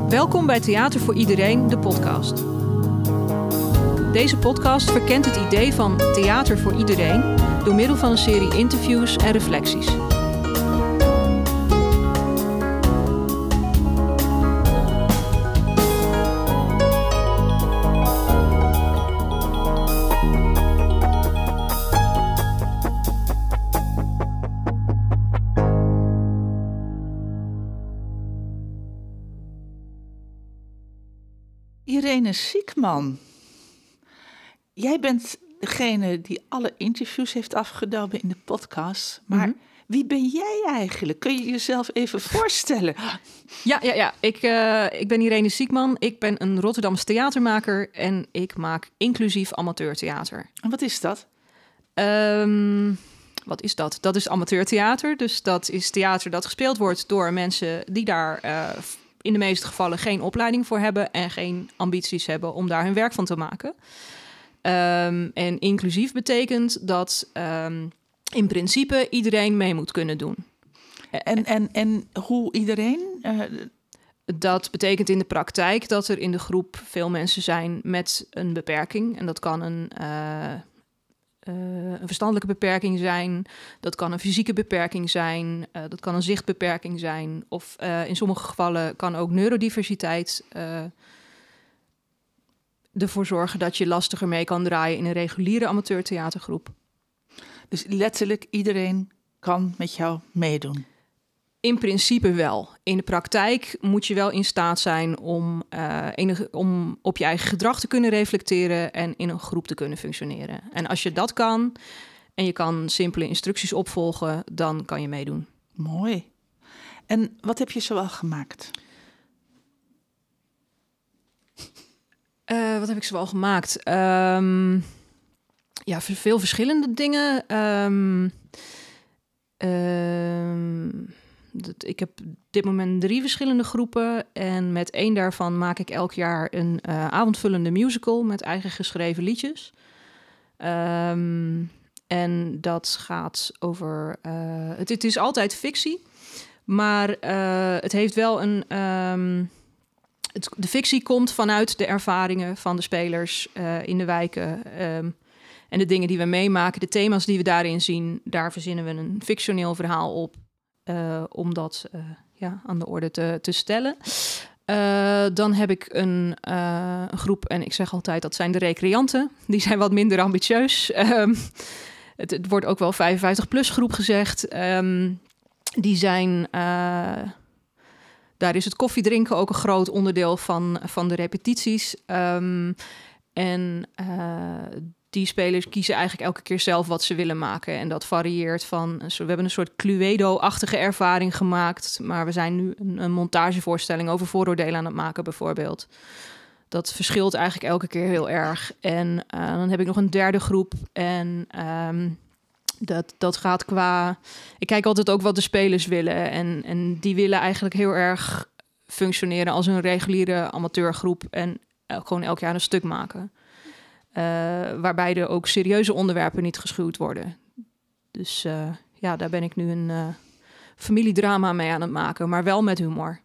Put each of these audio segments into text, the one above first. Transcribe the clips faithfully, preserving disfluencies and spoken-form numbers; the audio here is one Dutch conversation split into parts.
Welkom bij Theater voor Iedereen, de podcast. Deze podcast verkent het idee van theater voor iedereen door middel van een serie interviews en reflecties. Irene Siekman, jij bent degene die alle interviews heeft afgenomen in de podcast. Maar mm-hmm. wie ben jij eigenlijk? Kun je jezelf even voorstellen? Ja, ja, ja. Ik, uh, ik ben Irene Siekman. Ik ben een Rotterdamse theatermaker en ik maak inclusief amateurtheater. En wat is dat? Um, wat is dat? Dat is amateurtheater. Dus dat is theater dat gespeeld wordt door mensen die daar Uh, in de meeste gevallen geen opleiding voor hebben en geen ambities hebben om daar hun werk van te maken. Um, en inclusief betekent dat um, in principe iedereen mee moet kunnen doen. En, en, en hoe iedereen? Uh... Dat betekent in de praktijk dat er in de groep veel mensen zijn met een beperking. En dat kan een Uh, Uh, een verstandelijke beperking zijn, dat kan een fysieke beperking zijn, uh, dat kan een zichtbeperking zijn, of uh, in sommige gevallen kan ook neurodiversiteit uh, ervoor zorgen dat je lastiger mee kan draaien in een reguliere amateurtheatergroep. Dus letterlijk iedereen kan met jou meedoen? In principe wel. In de praktijk moet je wel in staat zijn om, uh, enige, om op je eigen gedrag te kunnen reflecteren en in een groep te kunnen functioneren. En als je dat kan en je kan simpele instructies opvolgen, dan kan je meedoen. Mooi. En wat heb je zoal gemaakt? Uh, wat heb ik zoal gemaakt? Um, ja, veel verschillende dingen. Um, um, Ik heb op dit moment drie verschillende groepen. En met één daarvan maak ik elk jaar een uh, avondvullende musical met eigen geschreven liedjes. Um, en dat gaat over Uh, het, het is altijd fictie, maar uh, het heeft wel een Um, het, de fictie komt vanuit de ervaringen van de spelers uh, in de wijken. Um, en de dingen die we meemaken, de thema's die we daarin zien, daar verzinnen we een fictioneel verhaal op. Uh, om dat uh, ja, aan de orde te, te stellen. Uh, dan heb ik een, uh, een groep, en ik zeg altijd dat zijn de recreanten. Die zijn wat minder ambitieus. Um, het, het wordt ook wel vijfenvijftig plus groep gezegd. Um, die zijn, uh, daar is het koffiedrinken ook een groot onderdeel van, van de repetities. Um, en uh, die spelers kiezen eigenlijk elke keer zelf wat ze willen maken. En dat varieert van We hebben een soort Cluedo-achtige ervaring gemaakt. Maar we zijn nu een, een montagevoorstelling over vooroordelen aan het maken bijvoorbeeld. Dat verschilt eigenlijk elke keer heel erg. En uh, dan heb ik nog een derde groep. En um, dat, dat gaat qua Ik kijk altijd ook wat de spelers willen. En, en die willen eigenlijk heel erg functioneren als een reguliere amateurgroep. En uh, gewoon elk jaar een stuk maken. Uh, waarbij er ook serieuze onderwerpen niet geschuwd worden. Dus uh, ja, daar ben ik nu een uh, familiedrama mee aan het maken, maar wel met humor.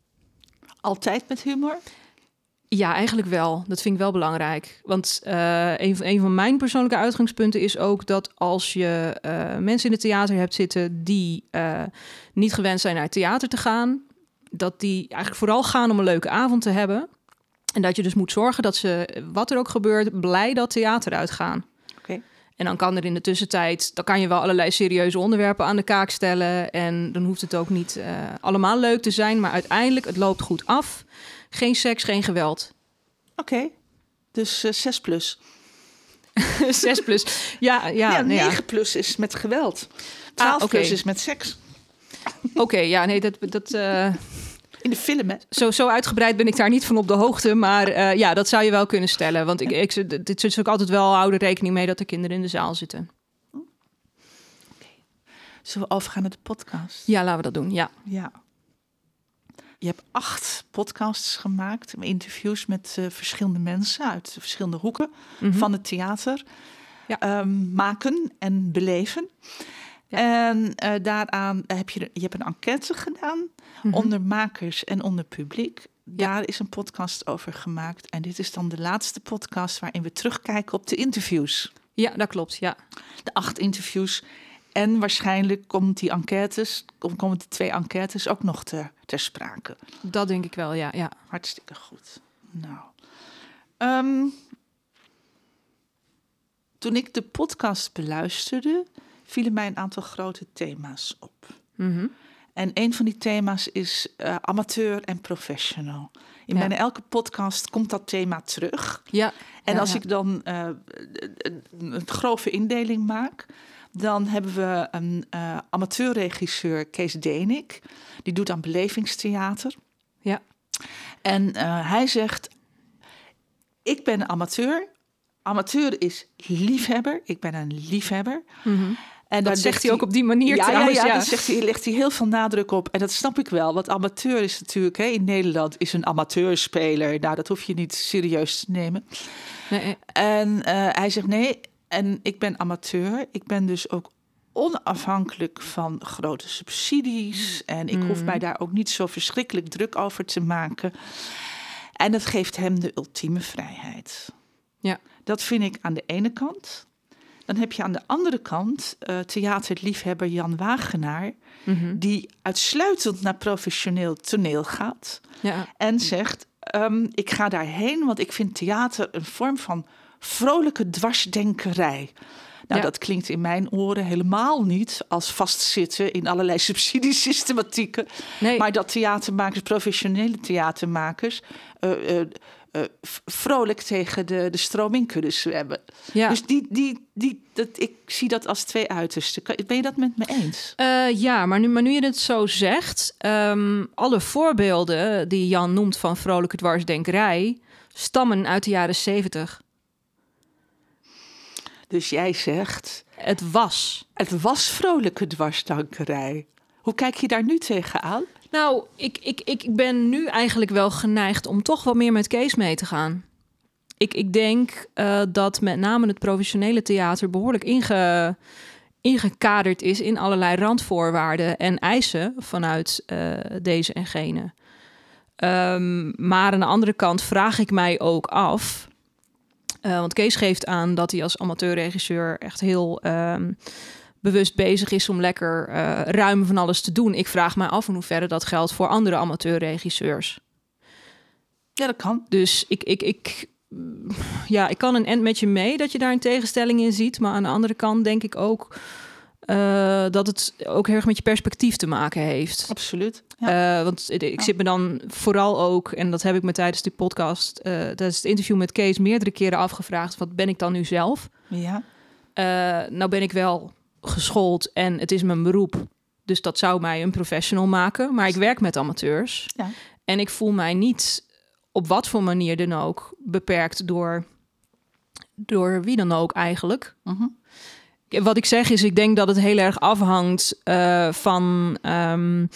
Altijd met humor? Ja, eigenlijk wel. Dat vind ik wel belangrijk. Want uh, een, een van mijn persoonlijke uitgangspunten is ook dat als je uh, mensen in het theater hebt zitten die uh, niet gewend zijn naar het theater te gaan, dat die eigenlijk vooral gaan om een leuke avond te hebben. En dat je dus moet zorgen dat ze, wat er ook gebeurt, blij dat theater uitgaan. Okay. En dan kan er in de tussentijd, dan kan je wel allerlei serieuze onderwerpen aan de kaak stellen. En dan hoeft het ook niet uh, allemaal leuk te zijn. Maar uiteindelijk, het loopt goed af. Geen seks, geen geweld. Oké, okay. Dus uh, zes plus. zes plus, ja. ja, ja nee, negen ja. plus is met geweld. twaalf ah, okay. plus is met seks. Oké, okay, ja, nee, dat... dat uh... In de film, hè? Zo, zo uitgebreid ben ik daar niet van op de hoogte. Maar uh, ja, dat zou je wel kunnen stellen. Want ik, ik, dit is ook altijd wel houden rekening mee dat er kinderen in de zaal zitten. Oké. Okay. Zullen we overgaan naar de podcast? Ja, laten we dat doen, ja. Ja. Je hebt acht podcasts gemaakt. Interviews met uh, verschillende mensen uit verschillende hoeken mm-hmm. van het theater. Ja. Um, maken en beleven. Ja. En uh, daaraan heb je, je hebt een enquête gedaan mm-hmm. onder makers en onder publiek. Daar ja. is een podcast over gemaakt. En dit is dan de laatste podcast waarin we terugkijken op de interviews. Ja, dat klopt, ja. De acht interviews. En waarschijnlijk komt die enquêtes, komen de twee enquêtes ook nog ter, ter sprake. Dat denk ik wel, ja. ja. Hartstikke goed. Nou, um, toen ik de podcast beluisterde, vielen mij een aantal grote thema's op. Mm-hmm. En een van die thema's is uh, amateur en professional. In ja. bijna elke podcast komt dat thema terug. Ja. En ja, als ja. ik dan uh, een grove indeling maak, dan hebben we een uh, amateurregisseur, Kees Denik. Die doet aan belevingstheater. Ja. En uh, hij zegt, ik ben een amateur. Amateur is liefhebber. Ik ben een liefhebber. Mm-hmm. En dat zegt hij ook op die manier ja, trouwens. Ja, ja, ja. daar zegt hij, legt hij heel veel nadruk op. En dat snap ik wel. Want amateur is natuurlijk, hè, in Nederland is een amateurspeler. Nou, dat hoef je niet serieus te nemen. Nee. En uh, hij zegt nee, en ik ben amateur. Ik ben dus ook onafhankelijk van grote subsidies. En ik mm. hoef mij daar ook niet zo verschrikkelijk druk over te maken. En dat geeft hem de ultieme vrijheid. Ja. Dat vind ik aan de ene kant. Dan heb je aan de andere kant uh, theaterliefhebber Jan Wagenaar, mm-hmm. die uitsluitend naar professioneel toneel gaat. Ja. En zegt, um, ik ga daarheen, want ik vind theater een vorm van vrolijke dwarsdenkerij. Nou, ja. dat klinkt in mijn oren helemaal niet als vastzitten in allerlei subsidiesystematieken. Nee. Maar dat theatermakers, professionele theatermakers, Uh, uh, Uh, vrolijk tegen de, de stroming kunnen zwemmen. Ja. Dus die, die, die, dat, ik zie dat als twee uitersten. Ben je dat met me eens? Uh, ja, maar nu, maar nu je het zo zegt, um, alle voorbeelden die Jan noemt van vrolijke dwarsdenkerij stammen uit de jaren zeventig. Dus jij zegt, het was. Het was vrolijke dwarsdenkerij. Hoe kijk je daar nu tegenaan? Nou, ik, ik, ik ben nu eigenlijk wel geneigd om toch wat meer met Kees mee te gaan. Ik, ik denk uh, dat met name het professionele theater behoorlijk inge, ingekaderd is in allerlei randvoorwaarden en eisen vanuit uh, deze en gene. Um, maar aan de andere kant vraag ik mij ook af, uh, want Kees geeft aan dat hij als amateurregisseur echt heel Um, bewust bezig is om lekker uh, ruim van alles te doen. Ik vraag me af in hoeverre dat geldt voor andere amateurregisseurs. Ja, dat kan. Dus ik, ik, ik, ja, ik kan een end met je mee dat je daar een tegenstelling in ziet. Maar aan de andere kant denk ik ook uh, dat het ook heel erg met je perspectief te maken heeft. Absoluut. Ja. Uh, want ik ja. zit me dan vooral ook, en dat heb ik me tijdens die podcast, uh, tijdens het interview met Kees meerdere keren afgevraagd. Wat ben ik dan nu zelf? Ja. Uh, nou ben ik wel geschoold en het is mijn beroep. Dus dat zou mij een professional maken. Maar ik werk met amateurs. Ja. En ik voel mij niet op wat voor manier dan ook beperkt door, door wie dan ook eigenlijk. Uh-huh. Wat ik zeg is, ik denk dat het heel erg afhangt uh, van, um,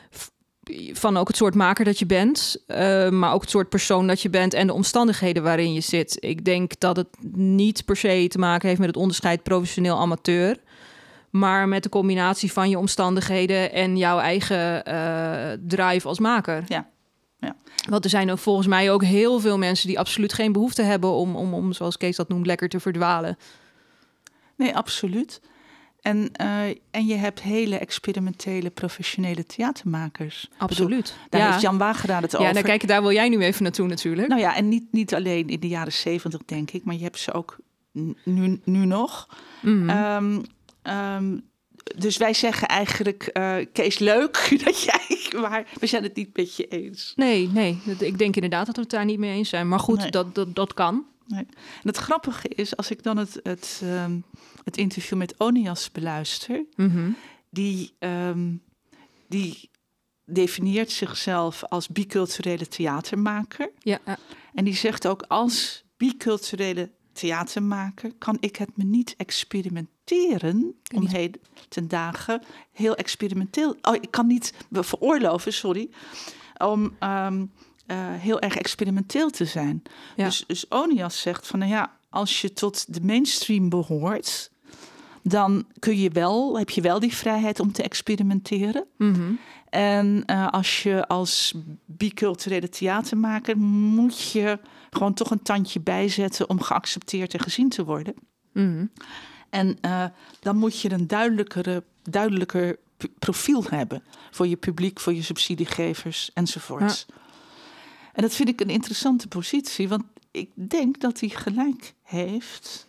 van ook het soort maker dat je bent. Uh, maar ook het soort persoon dat je bent en de omstandigheden waarin je zit. Ik denk dat het niet per se te maken heeft met het onderscheid professioneel-amateur. Maar met de combinatie van je omstandigheden en jouw eigen uh, drive als maker. Ja. Ja. Want er zijn ook volgens mij ook heel veel mensen die absoluut geen behoefte hebben om, om, om zoals Kees dat noemt, lekker te verdwalen. Nee, absoluut. En, uh, en je hebt hele experimentele, professionele theatermakers. Absoluut. Bedoel, daar ja. heeft Jan Wagenaar het ja, over. Ja, nou kijk, daar wil jij nu even naartoe natuurlijk. Nou ja, en niet, niet alleen in de jaren zeventig, denk ik, maar je hebt ze ook nu, nu nog. Mm-hmm. Um, um, dus wij zeggen eigenlijk, uh, Kees, leuk dat jij, maar we zijn het niet met je eens. Nee, nee. Ik denk inderdaad dat we het daar niet mee eens zijn. Maar goed, nee. dat, dat, dat kan. Nee. En het grappige is, als ik dan het, het, um, het interview met Onias beluister, Mm-hmm. die, um, die definieert zichzelf als biculturele theatermaker. Ja, ja. En die zegt ook, als biculturele theatermaker kan ik het me niet experimenteren om niet... heden ten dagen heel experimenteel. Oh, ik kan niet veroorloven, sorry, om um, uh, heel erg experimenteel te zijn. Ja. Dus, dus Onias zegt van, nou ja, als je tot de mainstream behoort, dan kun je wel, heb je wel die vrijheid om te experimenteren. Mm-hmm. En uh, als je als biculturele theatermaker moet je gewoon toch een tandje bijzetten om geaccepteerd en gezien te worden. Mm-hmm. En uh, dan moet je een duidelijkere, duidelijker p- profiel hebben voor je publiek, voor je subsidiegevers enzovoorts. Ja. En dat vind ik een interessante positie, want ik denk dat hij gelijk heeft.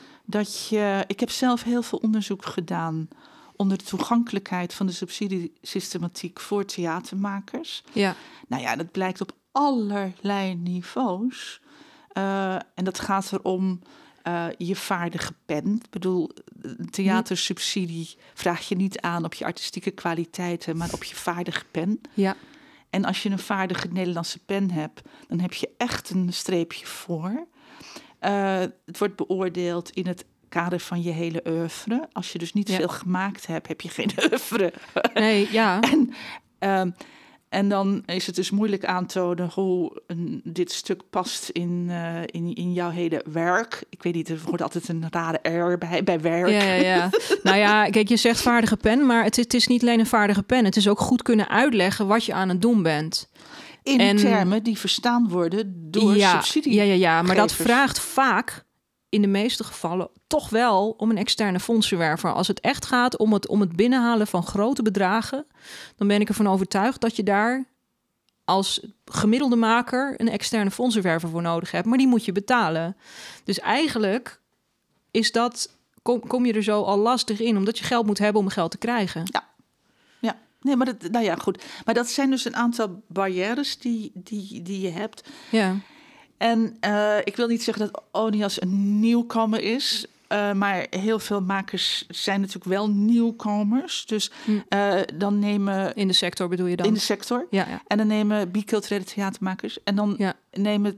Dat je, ik heb zelf heel veel onderzoek gedaan onder de toegankelijkheid van de subsidiesystematiek voor theatermakers. Ja. Nou ja, dat blijkt op allerlei niveaus. Uh, en dat gaat erom uh, je vaardige pen. Ik bedoel, theatersubsidie vraag je niet aan op je artistieke kwaliteiten, maar op je vaardige pen. Ja. En als je een vaardige Nederlandse pen hebt, dan heb je echt een streepje voor. Uh, het wordt beoordeeld in het kader van je hele oeuvre. Als je dus niet ja. veel gemaakt hebt, heb je geen oeuvre. Nee, ja. en, uh, en dan is het dus moeilijk aantonen hoe een, dit stuk past in, uh, in, in jouw hele werk. Ik weet niet, er wordt altijd een rare R bij, bij werk. Ja, ja, ja. Nou ja, kijk, je zegt vaardige pen, maar het, het is niet alleen een vaardige pen. Het is ook goed kunnen uitleggen wat je aan het doen bent. In en, termen die verstaan worden door ja, subsidie. Ja, ja, ja, maar dat vraagt vaak, in de meeste gevallen, toch wel om een externe fondsenwerver. Als het echt gaat om het, om het binnenhalen van grote bedragen, dan ben ik ervan overtuigd dat je daar als gemiddelde maker een externe fondsenwerver voor nodig hebt. Maar die moet je betalen. Dus eigenlijk is dat, kom, kom je er zo al lastig in, omdat je geld moet hebben om geld te krijgen. Ja. Ja. Nee, maar dat, nou ja, goed. Maar dat zijn dus een aantal barrières die, die, die je hebt. Ja. En uh, ik wil niet zeggen dat Onias een nieuwkomer is. Uh, maar heel veel makers zijn natuurlijk wel nieuwkomers. Dus uh, dan nemen... In de sector bedoel je dan? In de sector. Ja, ja. En dan nemen biculturele theatermakers. En dan ja. nemen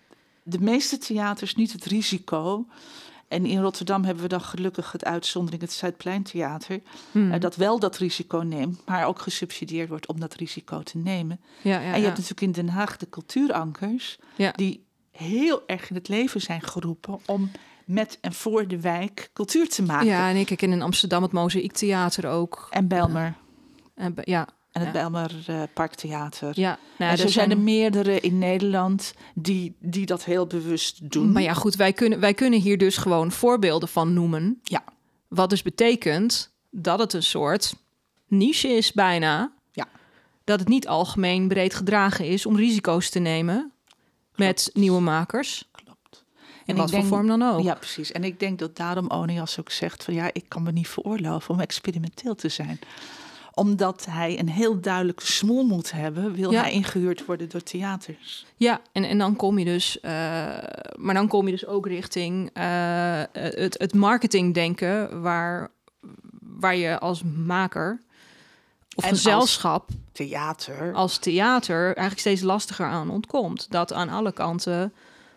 de meeste theaters niet het risico. En in Rotterdam hebben we dan gelukkig het uitzondering, het Zuidpleintheater, hmm. uh, dat wel dat risico neemt, maar ook gesubsidieerd wordt om dat risico te nemen. Ja, ja, en je ja. hebt natuurlijk in Den Haag de cultuurankers, ja. die heel erg in het leven zijn geroepen om met en voor de wijk cultuur te maken. Ja, en ik kijk in Amsterdam het Mozaïektheater ook. En Bijlmer. Uh, en, ja. En het ja. Bijlmer uh, Parktheater. Ja, nou, en zo zijn, zijn er meerdere in Nederland die, die dat heel bewust doen. Maar ja, goed, wij kunnen, wij kunnen hier dus gewoon voorbeelden van noemen. Ja. Wat dus betekent dat het een soort niche is bijna. Ja. Dat het niet algemeen breed gedragen is om risico's te nemen. Klopt. Met nieuwe makers. Klopt. En wat voor vorm dan ook. Ja, precies. En ik denk dat daarom Onias ook zegt van ja, ik kan me niet veroorloven om experimenteel te zijn. Omdat hij een heel duidelijke smoel moet hebben, wil ja. hij ingehuurd worden door theaters. Ja, en, en dan kom je dus, uh, maar dan kom je dus ook richting uh, het, het marketingdenken, waar, waar je als maker of en gezelschap, als theater, als theater eigenlijk steeds lastiger aan ontkomt. Dat aan alle kanten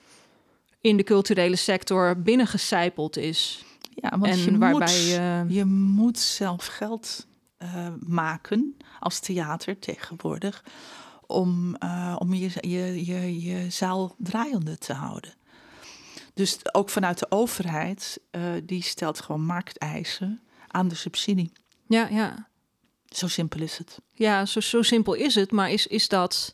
in de culturele sector binnengecijpeld is. Ja, want en je, waarbij moet, je... je moet zelf geld Uh, maken als theater tegenwoordig om, uh, om je, je, je, je zaal draaiende te houden. Dus ook vanuit de overheid, uh, die stelt gewoon markteisen aan de subsidie. Ja, ja. Zo simpel is het. Ja, zo, zo simpel is het, maar is, is dat...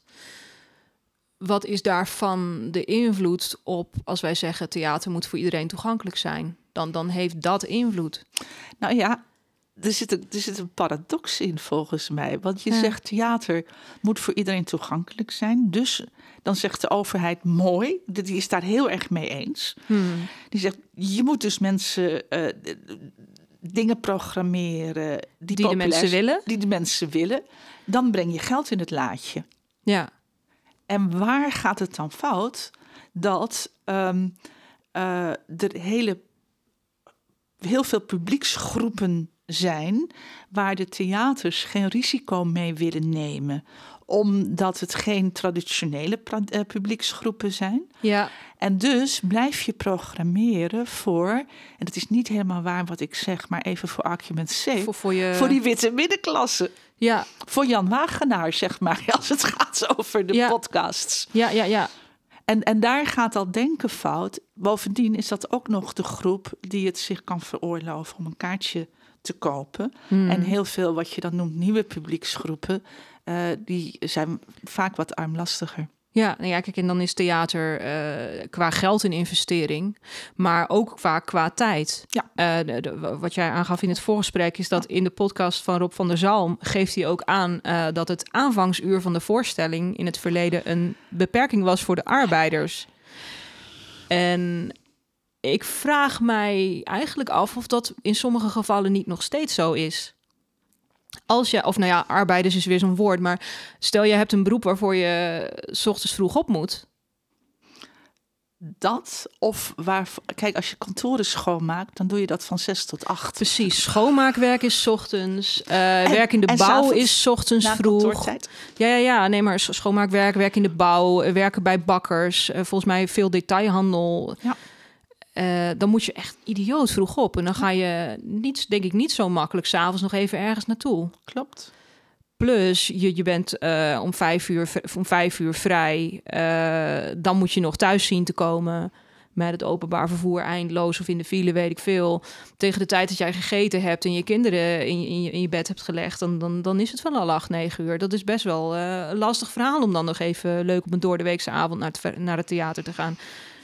Wat is daarvan de invloed op, als wij zeggen theater moet voor iedereen toegankelijk zijn? Dan, dan heeft dat invloed. Nou ja, Er zit, een, er zit een paradox in volgens mij. Want je ja. zegt theater moet voor iedereen toegankelijk zijn. Dus dan zegt de overheid mooi. Die is daar heel erg mee eens. Hmm. Die zegt je moet dus mensen uh, dingen programmeren. Die, die de mensen willen. Die de mensen willen. Dan breng je geld in het laadje. Ja. En waar gaat het dan fout? Dat um, uh, er hele, heel veel publieksgroepen zijn waar de theaters geen risico mee willen nemen, omdat het geen traditionele pra- uh, publieksgroepen zijn. Ja. En dus blijf je programmeren voor, en dat is niet helemaal waar wat ik zeg, maar even voor argument sake, voor, voor, je... voor die witte middenklasse. Ja. Voor Jan Wagenaar, zeg maar, als het gaat over de ja. podcasts. Ja, ja, ja. En, en daar gaat al denken fout. Bovendien is dat ook nog de groep die het zich kan veroorloven om een kaartje te kopen. Hmm. En heel veel wat je dan noemt nieuwe publieksgroepen, uh, die zijn vaak wat armlastiger. Ja, nou ja, kijk, en dan is theater uh, qua geld een investering, maar ook vaak qua tijd. Ja. Uh, de, de, wat jij aangaf in het voorgesprek is dat in de podcast van Rob van der Zalm geeft hij ook aan uh, dat het aanvangsuur van de voorstelling in het verleden een beperking was voor de arbeiders. En ik vraag mij eigenlijk af of dat in sommige gevallen niet nog steeds zo is. Als je, of nou ja, arbeiders is weer zo'n woord, maar stel je hebt een beroep waarvoor je 's ochtends vroeg op moet. Dat, of waar, kijk, als je kantoren schoonmaakt, dan doe je dat van zes tot acht. Precies, schoonmaakwerk is 's ochtends, uh, en, werk in de bouw is 's ochtends vroeg. Ja, ja, ja, nee, maar schoonmaakwerk, werk in de bouw, werken bij bakkers, uh, volgens mij veel detailhandel. Ja. Uh, dan moet je echt idioot vroeg op. En dan ga je, niet, denk ik, niet zo makkelijk 's avonds nog even ergens naartoe. Klopt. Plus, je, je bent uh, om, vijf uur, om vijf uur vrij. Uh, dan moet je nog thuis zien te komen met het openbaar vervoer eindeloos of in de file, weet ik veel. Tegen de tijd dat jij gegeten hebt en je kinderen in je, in je, in je bed hebt gelegd, dan, dan, dan is het van al acht, negen uur. Dat is best wel uh, een lastig verhaal om dan nog even leuk op een doordeweekse avond naar het, naar het theater te gaan.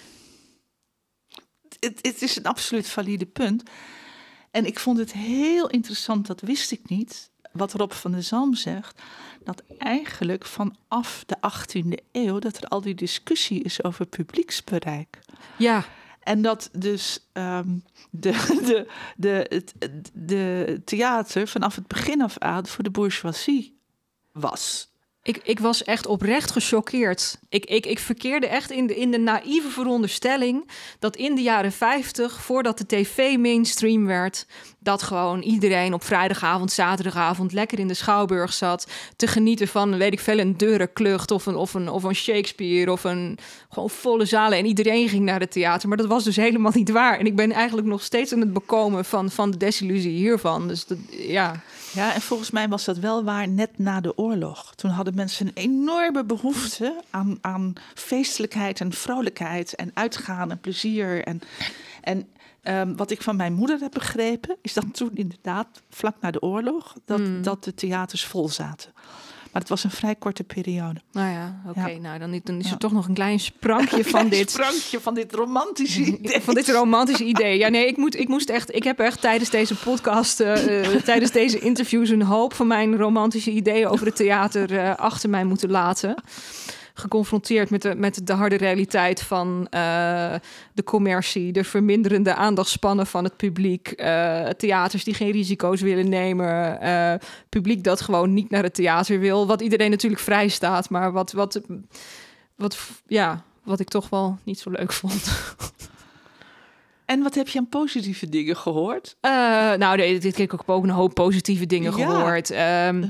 Het, het is een absoluut valide punt. En ik vond het heel interessant, dat wist ik niet, wat Rob van der Zalm zegt, dat eigenlijk vanaf de achttiende eeuw dat er al die discussie is over publieksbereik. Ja. En dat dus um, de, de, de, het, de theater vanaf het begin af aan voor de bourgeoisie was. Ik, ik was echt oprecht gechoqueerd. Ik, ik, ik verkeerde echt in de, in de naïeve veronderstelling dat in de jaren vijftig, voordat de tv mainstream werd, dat gewoon iedereen op vrijdagavond, zaterdagavond lekker in de Schouwburg zat te genieten van, weet ik veel, een Deurenklucht of een, of een, of een Shakespeare of een gewoon volle zalen en iedereen ging naar het theater. Maar dat was dus helemaal niet waar. En ik ben eigenlijk nog steeds aan het bekomen van, van de desillusie hiervan. Dus dat, ja... Ja, en volgens mij was dat wel waar net na de oorlog. Toen hadden mensen een enorme behoefte aan, aan feestelijkheid en vrolijkheid en uitgaan en plezier. En, en um, wat ik van mijn moeder heb begrepen, is dat toen inderdaad, vlak na de oorlog, dat, mm. dat de theaters vol zaten. Maar het was een vrij korte periode. Nou ja, oké. Okay, ja. Nou, dan, dan is er ja. toch nog een klein sprankje een van dit... sprankje van dit romantische idee. Van dit romantische idee. Ja, nee, ik, moet, ik moest echt... Ik heb echt tijdens deze podcast, uh, tijdens deze interviews, een hoop van mijn romantische ideeën over het theater uh, achter mij moeten laten. Geconfronteerd met de, met de harde realiteit van uh, de commercie, de verminderende aandachtspannen van het publiek, uh, theaters die geen risico's willen nemen, uh, publiek dat gewoon niet naar het theater wil, wat iedereen natuurlijk vrij staat, maar wat, wat, wat, ja, wat ik toch wel niet zo leuk vond. En wat heb je aan positieve dingen gehoord? Uh, nou, dit, dit heb ik ook een hoop positieve dingen ja. gehoord. Um,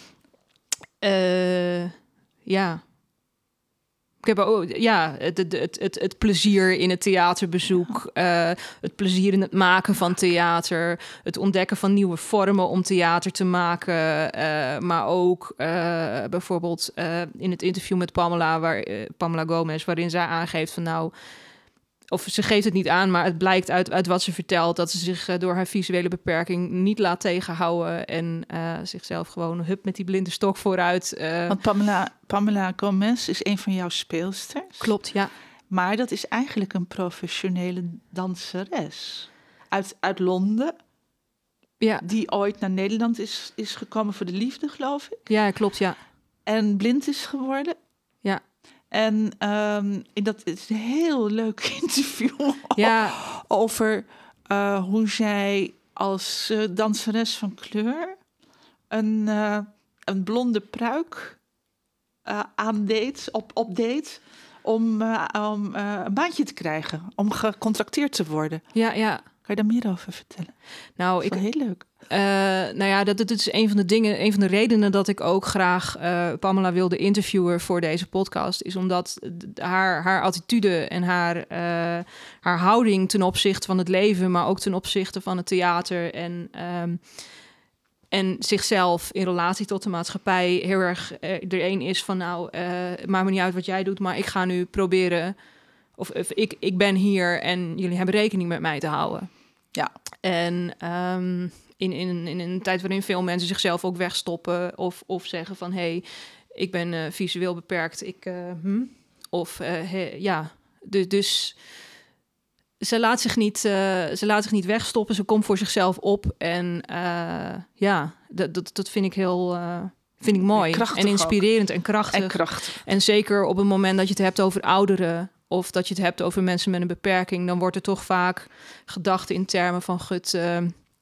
uh, ja. Ik heb ook, ja, het, het, het, het plezier in het theaterbezoek, uh, het plezier in het maken van theater, het ontdekken van nieuwe vormen om theater te maken, uh, maar ook uh, bijvoorbeeld uh, in het interview met Pamela, waar, uh, Pamela Gomez, waarin zij aangeeft van nou, of ze geeft het niet aan, maar het blijkt uit, uit wat ze vertelt dat ze zich uh, door haar visuele beperking niet laat tegenhouden en uh, zichzelf gewoon hup met die blinde stok vooruit. Uh... Want Pamela, Pamela Gomez is een van jouw speelsters. Klopt, ja. Maar dat is eigenlijk een professionele danseres uit, uit Londen. Ja. Die ooit naar Nederland is, is gekomen voor de liefde, geloof ik. Ja, klopt, ja. En blind is geworden. Ja. En um, in dat is een heel leuk interview ja. over uh, hoe zij als uh, danseres van kleur een, uh, een blonde pruik uh, aandeed, op, opdeed om, uh, om uh, een baantje te krijgen, om gecontracteerd te worden. Ja, ja. Kan je daar meer over vertellen? Nou, dat is ik, heel leuk. Uh, nou ja, dat, dat is een van de dingen, een van de redenen dat ik ook graag uh, Pamela wilde interviewen voor deze podcast, is omdat haar, haar attitude en haar, uh, haar houding ten opzichte van het leven, maar ook ten opzichte van het theater en um, En zichzelf in relatie tot de maatschappij heel erg uh, er een is van... nou, uh, het maakt me niet uit wat jij doet, maar ik ga nu proberen... of, of ik, ik ben hier en jullie hebben rekening met mij te houden. Ja. En um, in, in, in een tijd waarin veel mensen zichzelf ook wegstoppen... of, of zeggen van, hé, hey, ik ben uh, visueel beperkt, ik... Uh, hm? Of, uh, he, ja, dus... dus Ze laat, zich niet, uh, ze laat zich niet wegstoppen. Ze komt voor zichzelf op. En uh, ja, dat, dat, dat vind ik heel uh, vind ik mooi. Krachtig en inspirerend ook. en krachtig. En krachtig. En zeker op het moment dat je het hebt over ouderen... of dat je het hebt over mensen met een beperking... dan wordt er toch vaak gedacht in termen van gut... Uh,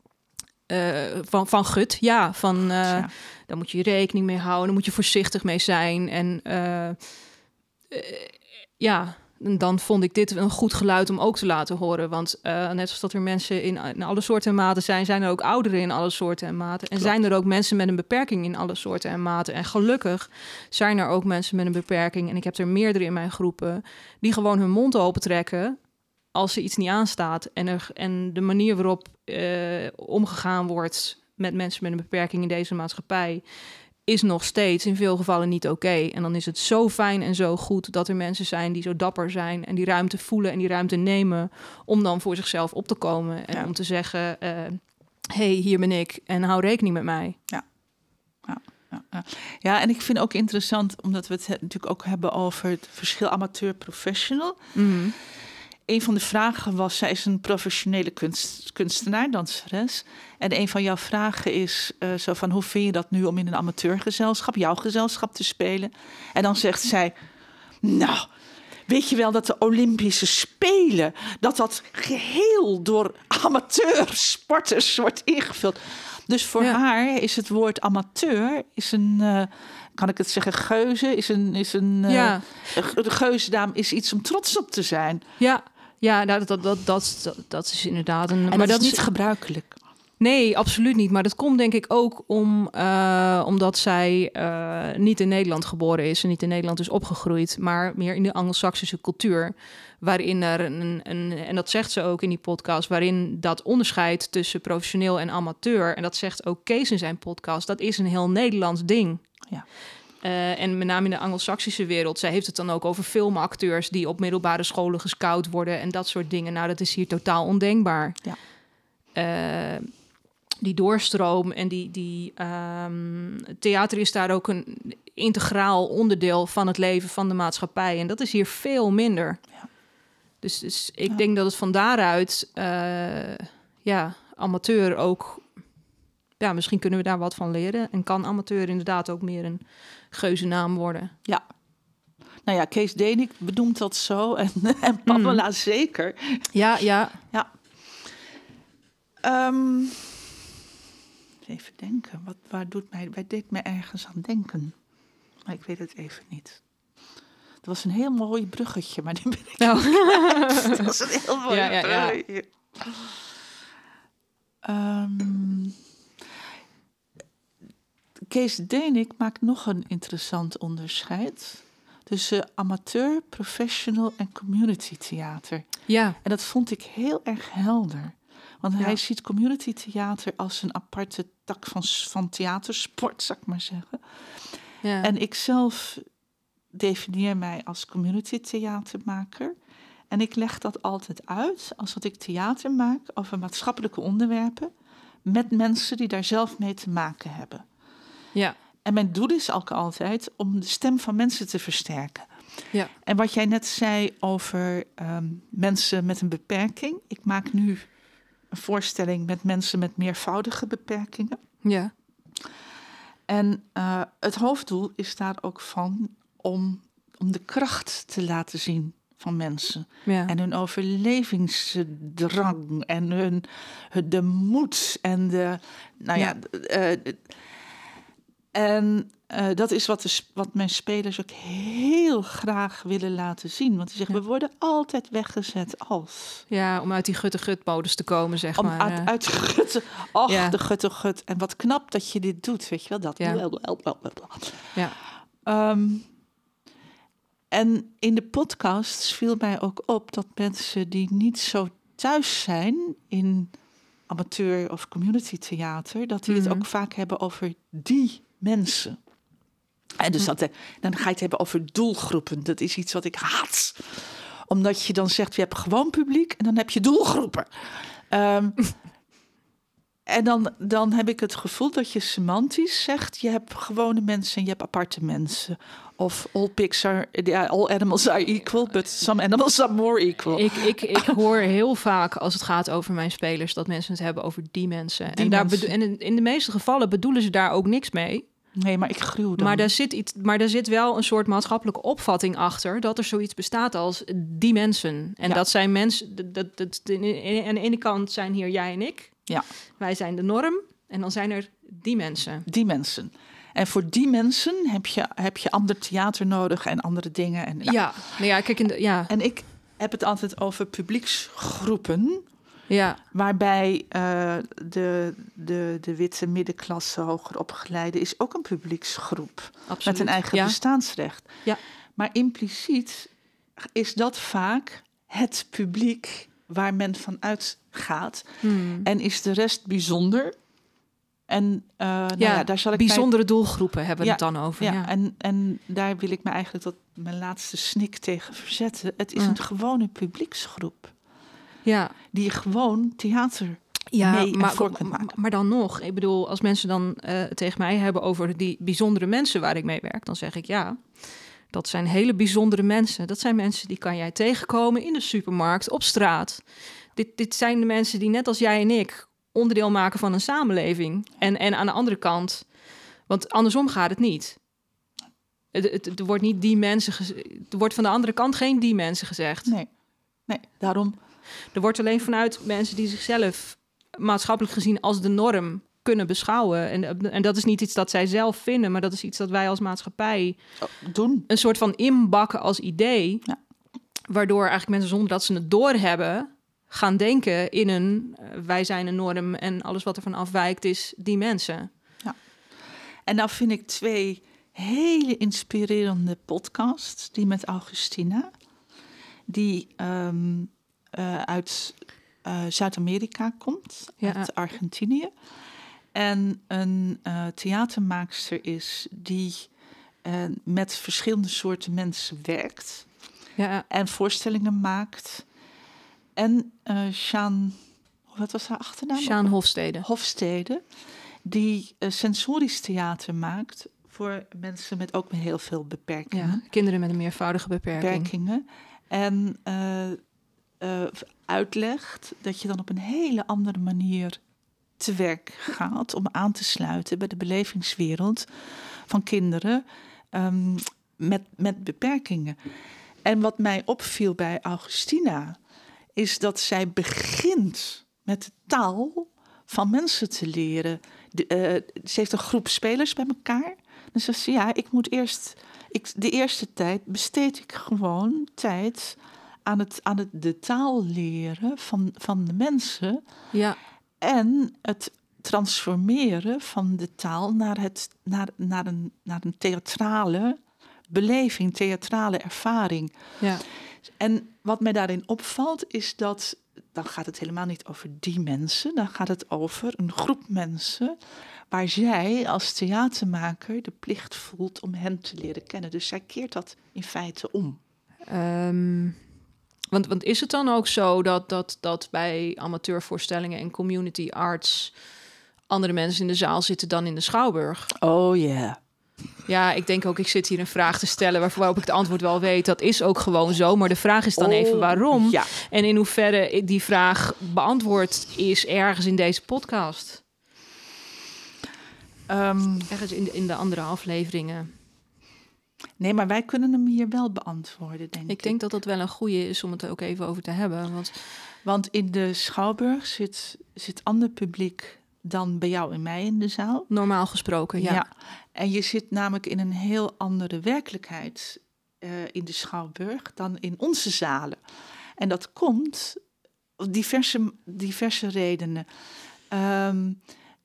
uh, van, van gut, ja. Van, uh, ja. Daar moet je rekening mee houden. Daar moet je voorzichtig mee zijn. En uh, uh, ja... En dan vond ik dit een goed geluid om ook te laten horen. Want uh, net zoals dat er mensen in, in alle soorten en maten zijn... zijn er ook ouderen in alle soorten en maten. En Klopt. Zijn er ook mensen met een beperking in alle soorten en maten. En gelukkig zijn er ook mensen met een beperking... en ik heb er meerdere in mijn groepen... die gewoon hun mond open trekken als ze iets niet aanstaat. En, er, en de manier waarop uh, omgegaan wordt met mensen met een beperking in deze maatschappij... is nog steeds in veel gevallen niet oké. Okay. En dan is het zo fijn en zo goed dat er mensen zijn die zo dapper zijn... en die ruimte voelen en die ruimte nemen... om dan voor zichzelf op te komen. En ja. om te zeggen, uh, hey, hier ben ik en hou rekening met mij. Ja. Ja, ja, ja. ja, en ik vind ook interessant... omdat we het natuurlijk ook hebben over het verschil amateur-professional... Mm-hmm. Een van de vragen was, zij is een professionele kunst, kunstenaar, danseres. En een van jouw vragen is uh, zo van, hoe vind je dat nu om in een amateurgezelschap, jouw gezelschap te spelen? En dan zegt zij, nou, weet je wel dat de Olympische Spelen, dat dat geheel door amateursporters wordt ingevuld. Dus voor ja. haar is het woord amateur, is een... Uh, kan ik het zeggen, geuze, is een... Is een ja. uh, de geuzennaam is iets om trots op te zijn. Ja, ja dat, dat, dat, dat, dat, dat is inderdaad... Een, en maar dat, dat is niet gebruikelijk. Nee, absoluut niet. Maar dat komt denk ik ook om, uh, omdat zij uh, niet in Nederland geboren is... en niet in Nederland is opgegroeid... maar meer in de Anglo-Saxische cultuur... waarin er, een, een, en dat zegt ze ook in die podcast... waarin dat onderscheid tussen professioneel en amateur... en dat zegt ook Kees in zijn podcast... dat is een heel Nederlands ding. Ja. Uh, en met name in de Anglo-Saxische wereld... zij heeft het dan ook over filmacteurs... die op middelbare scholen gescout worden... en dat soort dingen. Nou, dat is hier totaal ondenkbaar. Ja. Uh, die doorstroom en die, die um, theater is daar ook een integraal onderdeel van het leven van de maatschappij. En dat is hier veel minder. Ja. Dus, dus ik ja. denk dat het van daaruit, uh, ja, amateur ook... Ja, misschien kunnen we daar wat van leren. En kan amateur inderdaad ook meer een geuzennaam worden. Ja. Nou ja, Kees Denik benoemt dat zo. En, en Pamela mm. zeker. Ja, ja. Ja. Um, even denken. Wat, waar doet mij, waar deed mij ergens aan denken? Maar ik weet het even niet. Het was een heel mooi bruggetje, maar die ben ik oh. Het was een heel mooi ja, bruggetje. Ja, ja. Um, Kees Denik maakt nog een interessant onderscheid tussen amateur, professional en community theater. Ja. En dat vond ik heel erg helder. Want ja. hij ziet community theater als een aparte tak van, van theatersport, zou ik maar zeggen. Ja. En ik zelf definieer mij als community theatermaker. En ik leg dat altijd uit als dat ik theater maak over maatschappelijke onderwerpen met mensen die daar zelf mee te maken hebben. Ja. En mijn doel is ook altijd om de stem van mensen te versterken. Ja. En wat jij net zei over um, mensen met een beperking. Ik maak nu een voorstelling met mensen met meervoudige beperkingen. Ja. En uh, het hoofddoel is daar ook van om, om de kracht te laten zien van mensen. Ja. En hun overlevingsdrang en hun, hun de moed en de... Nou ja... ja uh, en uh, dat is wat, de, wat mijn spelers ook heel graag willen laten zien. Want die zeggen, ja. we worden altijd weggezet als... Ja, om uit die gutte-gut-modus te komen, zeg om maar. Uit, uh. uit gutte, och, ja. de gutte-gut. En wat knap dat je dit doet, weet je wel. Dat. Ja. Ja. Um, en in de podcasts viel mij ook op dat mensen die niet zo thuis zijn in amateur of community theater, dat die Mm-hmm. het ook vaak hebben over die mensen. En dus dat, dan ga je het hebben over doelgroepen. Dat is iets wat ik haat. Omdat je dan zegt, je hebt gewoon publiek en dan heb je doelgroepen. Um, en dan, dan heb ik het gevoel dat je semantisch zegt, je hebt gewone mensen en je hebt aparte mensen. Of all pigs are, yeah, all animals are equal, but some animals are more equal. Ik, ik, ik hoor heel vaak als het gaat over mijn spelers dat mensen het hebben over die mensen. Die en, daar mensen. bedo- en in, in de meeste gevallen bedoelen ze daar ook niks mee. Nee, maar ik gruw dan. Maar daar, zit iets, maar daar zit wel een soort maatschappelijke opvatting achter dat er zoiets bestaat als die mensen. En Ja. dat zijn mensen. Dat, dat, dat, de- aan de ene kant zijn hier jij en ik. Ja. Wij zijn de norm. En dan zijn er die mensen. Die mensen. En voor die mensen heb je, heb je ander theater nodig en andere dingen. En, Ja, ja, nou ja kijk, in de, ja, en ik heb het altijd over publieksgroepen, ja, waarbij uh, de, de, de witte middenklasse hoger opgeleide is ook een publieksgroep. absoluut. Met een eigen ja. bestaansrecht. Ja. Maar impliciet is dat vaak het publiek waar men van uitgaat. Hmm. En is de rest bijzonder. En uh, nou Ja, ja, daar zal ik mij- bijzondere doelgroepen hebben we het dan over. Ja, Ja, En, en daar wil ik me eigenlijk tot mijn laatste snik tegen verzetten. Het is Ja. een gewone publieksgroep ja. die gewoon theater Ja, mee en maar, voor kunt maar, maken. maar dan nog, ik bedoel, als mensen dan uh, tegen mij hebben over die bijzondere mensen waar ik mee werk, dan zeg ik ja, dat zijn hele bijzondere mensen. Dat zijn mensen die kan jij tegenkomen in de supermarkt, op straat. Dit, dit zijn de mensen die net als jij en ik onderdeel maken van een samenleving. En, en aan de andere kant, want andersom gaat het niet. Het, het, het wordt niet die mensen, gez- er wordt van de andere kant geen die mensen gezegd. Nee, nee, daarom. Er wordt alleen vanuit mensen die zichzelf maatschappelijk gezien als de norm kunnen beschouwen. En, en dat is niet iets dat zij zelf vinden, maar dat is iets dat wij als maatschappij Oh, doen. een soort van inbakken als idee. Ja. Waardoor eigenlijk mensen zonder dat ze het doorhebben gaan denken in een uh, wij zijn een norm en alles wat ervan afwijkt is die mensen. En nou vind ik twee hele inspirerende podcasts. Die met Augustina. Die um, uh, uit uh, Zuid-Amerika komt. Ja. Uit Argentinië. En een uh, theatermaakster is die uh, met verschillende soorten mensen werkt. Ja, En voorstellingen maakt. En uh, Sjaan, wat was haar achternaam? Sjaan Hofstede. Hofstede, die uh, sensorisch theater maakt voor mensen met ook heel veel beperkingen. Ja, kinderen met een meervoudige beperking. beperkingen. En uh, uh, uitlegt dat je dan op een hele andere manier te werk gaat om aan te sluiten bij de belevingswereld van kinderen um, met, met beperkingen. En wat mij opviel bij Augustina is dat zij begint met de taal van mensen te leren. De, uh, ze heeft een groep spelers bij elkaar. Dan zegt ze, ja, ik moet eerst... Ik, de eerste tijd besteed ik gewoon tijd aan het, aan het de taal leren van, van de mensen. Ja. En het transformeren van de taal naar, het, naar, naar, een, naar een theatrale beleving, theatrale ervaring. Ja. En wat mij daarin opvalt is dat, dan gaat het helemaal niet over die mensen, dan gaat het over een groep mensen waar zij als theatermaker de plicht voelt om hen te leren kennen. Dus zij keert dat in feite om. Um, want, want is het dan ook zo dat, dat, dat bij amateurvoorstellingen en community arts andere mensen in de zaal zitten dan in de Schouwburg? Oh ja. Yeah. Ja, ik denk ook, ik zit hier een vraag te stellen waarop ik het antwoord wel weet. Dat is ook gewoon zo. Maar de vraag is dan oh, even waarom. Ja. En in hoeverre die vraag beantwoord is ergens in deze podcast. Um, ergens in de, in de andere afleveringen. Nee, maar wij kunnen hem hier wel beantwoorden, denk ik. Ik denk dat dat wel een goede is om het er ook even over te hebben. Want, want in de Schouwburg zit, zit ander publiek dan bij jou en mij in de zaal. Normaal gesproken, ja. ja. En je zit namelijk in een heel andere werkelijkheid uh, in de Schouwburg dan in onze zalen. En dat komt op diverse, diverse redenen. Um,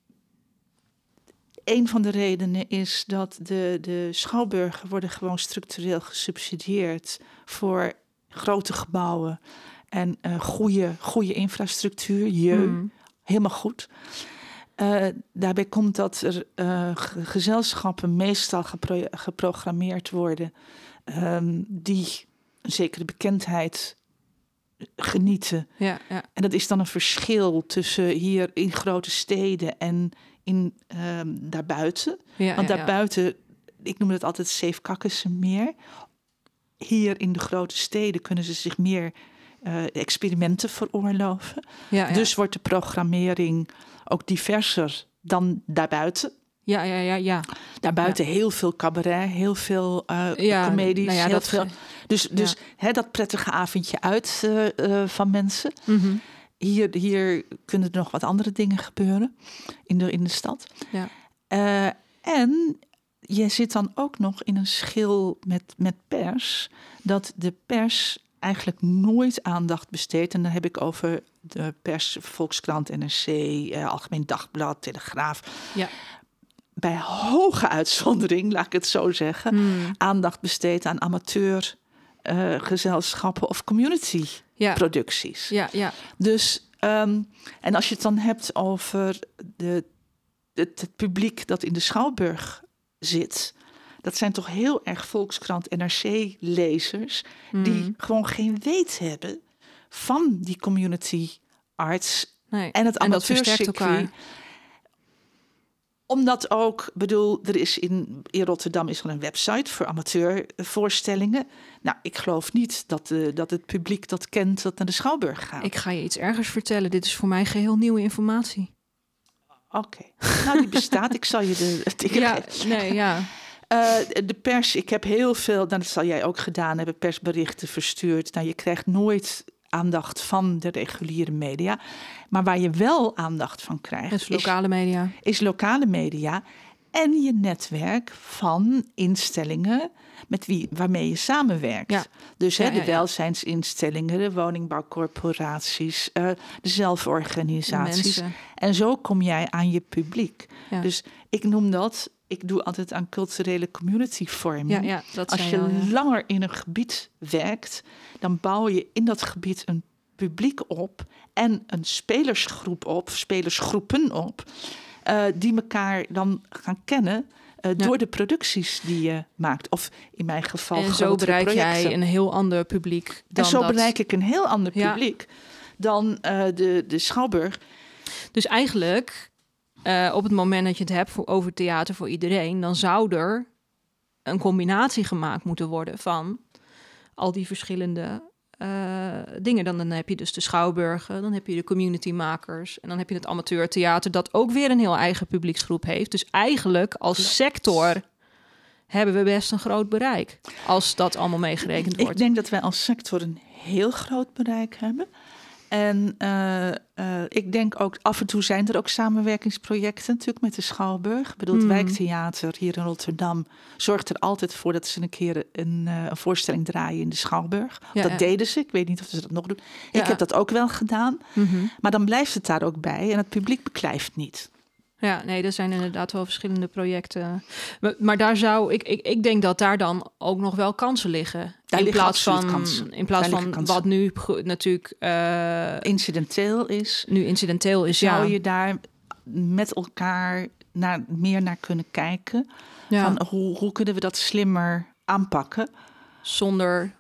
Een van de redenen is dat de, de schouwburgen worden gewoon structureel gesubsidieerd voor grote gebouwen en uh, goede, goede infrastructuur, jeu, mm. helemaal goed. Uh, daarbij komt dat er uh, gezelschappen meestal gepro- geprogrammeerd worden... Um, die een zekere bekendheid genieten. Ja, ja. En dat is dan een verschil tussen hier in grote steden en in, um, daarbuiten. Ja, Want ja, daarbuiten, ja. ik noem het altijd Zeefkakkersenmeer. Hier in de grote steden kunnen ze zich meer uh, experimenten veroorloven. Ja, ja. Dus wordt de programmering ook diverser dan daarbuiten. Ja, ja, ja, ja. Daarbuiten ja. heel veel cabaret, heel veel uh, ja, comedies. Nou ja, heel dat... veel, dus ja. dus hè, dat prettige avondje uit uh, uh, van mensen. Mm-hmm. Hier, hier kunnen er nog wat andere dingen gebeuren in de, in de stad. Ja. Uh, en je zit dan ook nog in een schil met, met pers... dat de pers eigenlijk nooit aandacht besteedt. En dan heb ik over de pers, Volkskrant, N R C, uh, Algemeen Dagblad, Telegraaf... Ja. bij hoge uitzondering, laat ik het zo zeggen... Hmm. aandacht besteedt aan amateurgezelschappen uh, of community ja. producties. Ja, ja. Dus, um, en als je het dan hebt over de, het, het publiek dat in de Schouwburg zit... dat zijn toch heel erg Volkskrant N R C-lezers... Hmm. die gewoon geen weet hebben van die community arts... Nee. en het en dat versterkt elkaar. Omdat ook, bedoel, er is in, in Rotterdam is er een website voor amateurvoorstellingen. Nou, ik geloof niet dat, uh, dat het publiek dat kent dat naar de Schouwburg gaat. Ik ga je iets ergers vertellen. Dit is voor mij geheel nieuwe informatie. Oké, okay. Nou die bestaat. Ik zal je de dingen ja, geven. Nee, ja. Uh, de pers, ik heb heel veel, dat zal jij ook gedaan hebben, persberichten verstuurd. Nou, je krijgt nooit aandacht van de reguliere media. Maar waar je wel aandacht van krijgt... is lokale media. Is, is lokale media en je netwerk van instellingen met wie, waarmee je samenwerkt. Ja. Dus ja, hè, de ja, ja. welzijnsinstellingen, de woningbouwcorporaties, uh, de zelforganisaties. De en zo kom jij aan je publiek. Ja. Dus ik noem dat... Ik doe altijd aan culturele communityvorming. Ja, ja, dat Als je al, ja. langer in een gebied werkt, dan bouw je in dat gebied een publiek op en een spelersgroep op, spelersgroepen op, uh, die elkaar dan gaan kennen uh, ja. door de producties die je maakt. Of in mijn geval en zo bereik projecten. jij een heel ander publiek. Dan en zo dat... bereik ik een heel ander publiek ja. dan uh, de, de Schouwburg. Dus eigenlijk... Uh, op het moment dat je het hebt voor, over theater voor iedereen... dan zou er een combinatie gemaakt moeten worden... van al die verschillende uh, dingen. Dan, dan heb je dus de schouwburgen, dan heb je de communitymakers... en dan heb je het amateurtheater... dat ook weer een heel eigen publieksgroep heeft. Dus eigenlijk als sector hebben we best een groot bereik... als dat allemaal meegerekend wordt. Ik denk dat wij als sector een heel groot bereik hebben... En uh, uh, ik denk ook, af en toe zijn er ook samenwerkingsprojecten natuurlijk met de Schouwburg. Ik bedoel, het mm. wijktheater hier in Rotterdam zorgt er altijd voor dat ze een keer een, uh, een voorstelling draaien in de Schouwburg. Ja, dat ja. deden ze, ik weet niet of ze dat nog doen. Ja. Ik heb dat ook wel gedaan, mm-hmm. maar dan blijft het daar ook bij en het publiek beklijft niet. Ja, nee, er zijn inderdaad wel verschillende projecten. Maar, maar daar zou ik, ik, ik denk dat daar dan ook nog wel kansen liggen. Daar in plaats van, kansen. in plaats daar van wat nu natuurlijk uh, incidenteel is. Nu incidenteel is, zou ja. je daar met elkaar naar, meer naar kunnen kijken. Ja. Van hoe, hoe kunnen we dat slimmer aanpakken? Zonder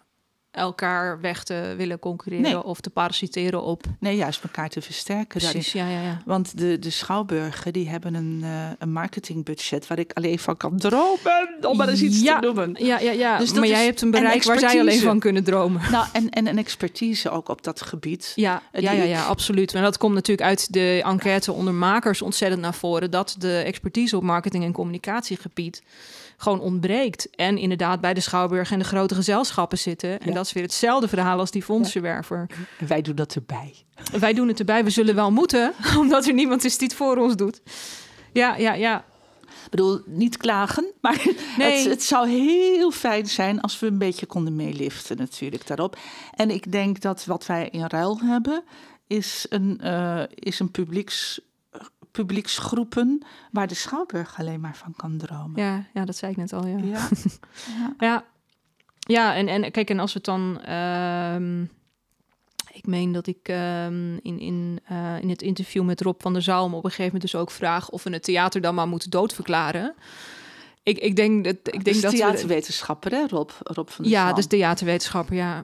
elkaar weg te willen concurreren nee. of te parasiteren op. Nee, juist elkaar te versterken. Precies, ja, ja, ja. Want de, de Schouwburgen die hebben een, uh, een marketingbudget waar ik alleen van kan dromen, om maar eens iets ja, te noemen. Ja, ja, ja. Dus maar jij hebt een bereik waar zij alleen van kunnen dromen. Nou, en, en een expertise ook op dat gebied. Ja, uh, ja, ja, ja, absoluut. En dat komt natuurlijk uit de enquête onder makers ontzettend naar voren, dat de expertise op marketing- en communicatiegebied gewoon ontbreekt. En inderdaad bij de Schouwburg en de grote gezelschappen zitten. En ja. dat is weer hetzelfde verhaal als die fondsenwerver. Ja. Wij doen dat erbij. Wij doen het erbij. We zullen wel moeten, omdat er niemand is die het voor ons doet. Ja, ja, ja. Ik bedoel, niet klagen, maar nee. het, het zou heel fijn zijn als we een beetje konden meeliften natuurlijk daarop. En ik denk dat wat wij in ruil hebben, is een, uh, is een publieks... publieksgroepen waar de Schouwburg alleen maar van kan dromen. Ja, ja, dat zei ik net al, ja. Ja, ja. ja. ja en, en kijk, en als we het dan... Uh, ik meen dat ik um, in, in, uh, in het interview met Rob van der Zalm op een gegeven moment dus ook vraag of we het theater dan maar moeten doodverklaren. Ik, ik denk dat ik denk dat theaterwetenschapper, hè, Rob, Rob van der ja, Zalm. dus theaterwetenschapper, ja.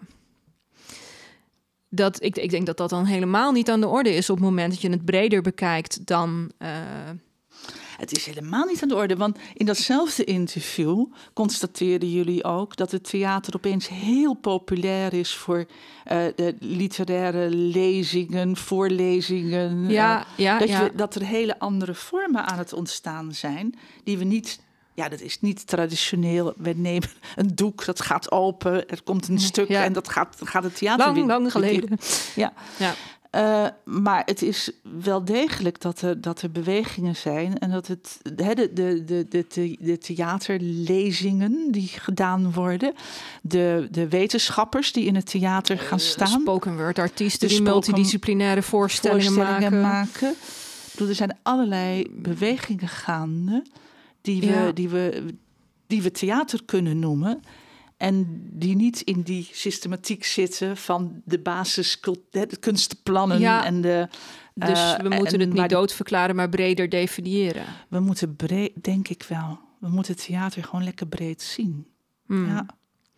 Dat ik, ik denk dat dat dan helemaal niet aan de orde is op het moment dat je het breder bekijkt dan. Uh... Het is helemaal niet aan de orde, want in datzelfde interview constateerden jullie ook dat het theater opeens heel populair is voor uh, de literaire lezingen, voorlezingen. Ja, uh, ja, dat, ja. Je, dat er hele andere vormen aan het ontstaan zijn, die we niet. Ja, dat is niet traditioneel. We nemen een doek, dat gaat open, er komt een stuk ja. en dat gaat, gaat het theater lang, weer. Lang geleden. Ja. ja. Uh, maar het is wel degelijk dat er, dat er bewegingen zijn en dat het de, de, de, de, de theaterlezingen die gedaan worden, de, de wetenschappers die in het theater gaan staan, spoken word artiesten die multidisciplinaire voorstellingen, voorstellingen maken. maken. Ik bedoel, er zijn allerlei bewegingen gaande die we, ja. die we, die we theater kunnen noemen. En die niet in die systematiek zitten van de basis de kunstplannen. Ja, en de. Dus uh, we moeten en, het niet doodverklaren, maar breder definiëren. We moeten breed, denk ik wel. We moeten het theater gewoon lekker breed zien. Hmm. Ja.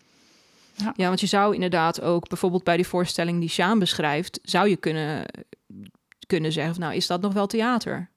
Ja. ja, want je zou inderdaad ook bijvoorbeeld bij die voorstelling die Sjaan beschrijft, zou je kunnen, kunnen zeggen, nou, is dat nog wel theater?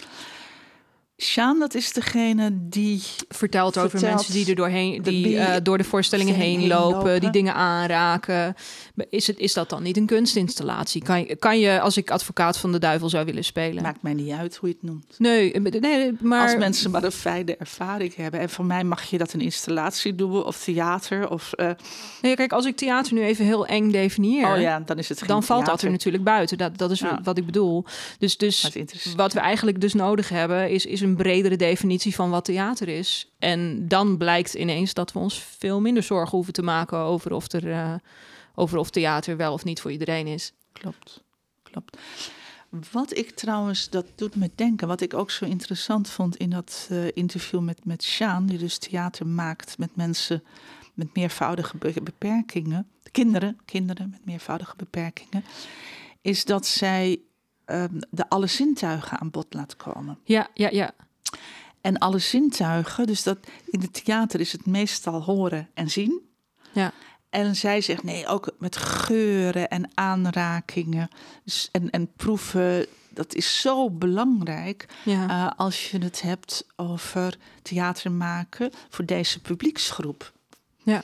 Sjaan, dat is degene die vertelt, vertelt over mensen die er doorheen, die de uh, door de voorstellingen heen, heen lopen, lopen, die dingen aanraken. Is, het, is dat dan niet een kunstinstallatie? Kan je, kan je, als ik advocaat van de duivel zou willen spelen? Maakt mij niet uit hoe je het noemt. Nee, nee, maar als mensen maar een fijne ervaring hebben. En voor mij mag je dat een installatie doen of theater of. Uh... Nee, kijk, als ik theater nu even heel eng definieer, oh ja, dan is het geen dan valt theater. dat er natuurlijk buiten. Dat, dat is ja. wat ik bedoel. Dus, dus wat we eigenlijk dus nodig hebben, is, is een bredere definitie van wat theater is. En dan blijkt ineens dat we ons veel minder zorgen hoeven te maken over of er, uh, over of theater wel of niet voor iedereen is. Klopt, klopt. Wat ik trouwens, dat doet me denken, wat ik ook zo interessant vond in dat uh, interview met, met Sjaan, die dus theater maakt met mensen met meervoudige be- beperkingen, kinderen, kinderen met meervoudige beperkingen, is dat zij um, de alle zintuigen aan bod laat komen. Ja, ja, ja. En alle zintuigen, dus dat in het theater is het meestal horen en zien. Ja. En zij zegt nee, ook met geuren en aanrakingen dus, en, en proeven. Dat is zo belangrijk ja. uh, als je het hebt over theater maken voor deze publieksgroep. Ja.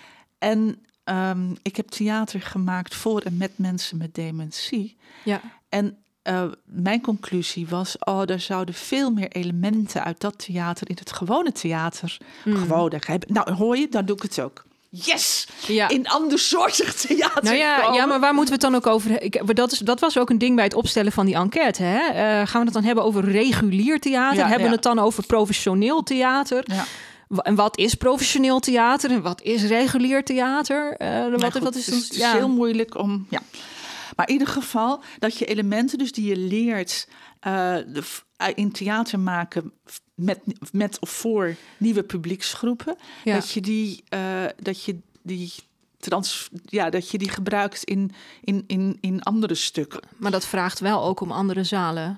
En um, ik heb theater gemaakt voor en met mensen met dementie. Ja. En Uh, mijn conclusie was, oh, er zouden veel meer elementen uit dat theater in het gewone theater. Mm. Gewoon, nou hoor je, dan doe ik het ook. Yes! Ja. In andersoortig theater. Nou ja, ja, maar waar moeten we het dan ook over? Ik, dat, is, dat was ook een ding bij het opstellen van die enquête. Hè? Uh, gaan we het dan hebben over regulier theater? Ja, hebben ja. we het dan over professioneel theater? Ja. En wat is professioneel theater? En wat is regulier theater? Uh, nou wat, goed, wat is het is, het is ja. heel moeilijk om. Ja. Maar in ieder geval dat je elementen dus die je leert uh, de, in theater maken met, met of voor nieuwe publieksgroepen, ja. dat je die, uh, dat je die trans, ja, dat je die gebruikt in, in, in, in andere stukken. Maar dat vraagt wel ook om andere zalen.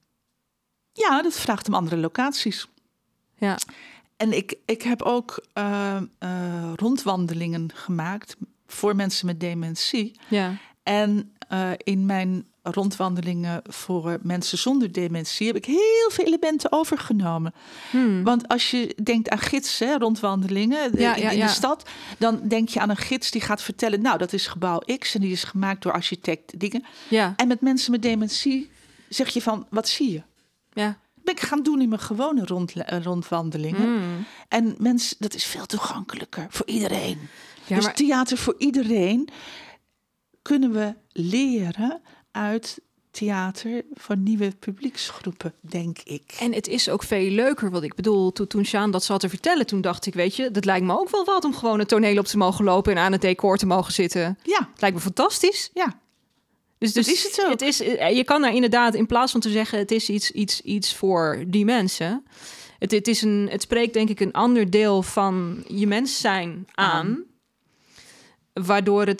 Ja, dat vraagt om andere locaties. Ja. En ik, ik heb ook uh, uh, rondwandelingen gemaakt voor mensen met dementie. Ja. En uh, in mijn rondwandelingen voor mensen zonder dementie heb ik heel veel elementen overgenomen. Hmm. Want als je denkt aan gidsen, rondwandelingen ja, in, ja, in ja. de stad, dan denk je aan een gids die gaat vertellen, nou, dat is gebouw X en die is gemaakt door architect dingen. Ja. En met mensen met dementie zeg je van, wat zie je? Ja. Ben ik gaan doen in mijn gewone rond, rondwandelingen. Hmm. En mensen, dat is veel toegankelijker voor iedereen. Ja, dus maar... theater voor iedereen kunnen we leren uit theater van nieuwe publieksgroepen, denk ik. En het is ook veel leuker, wat ik bedoel. Toen, toen Sjaan dat zat te vertellen, toen dacht ik, weet je, dat lijkt me ook wel wat om gewoon het toneel op te mogen lopen en aan het decor te mogen zitten. Ja. Het lijkt me fantastisch. Ja. Dus, dus dat is het ook. Het is, je kan daar inderdaad, in plaats van te zeggen, het is iets, iets, iets voor die mensen. Het, het, is een, het spreekt denk ik een ander deel van je mens zijn aan, aan. waardoor het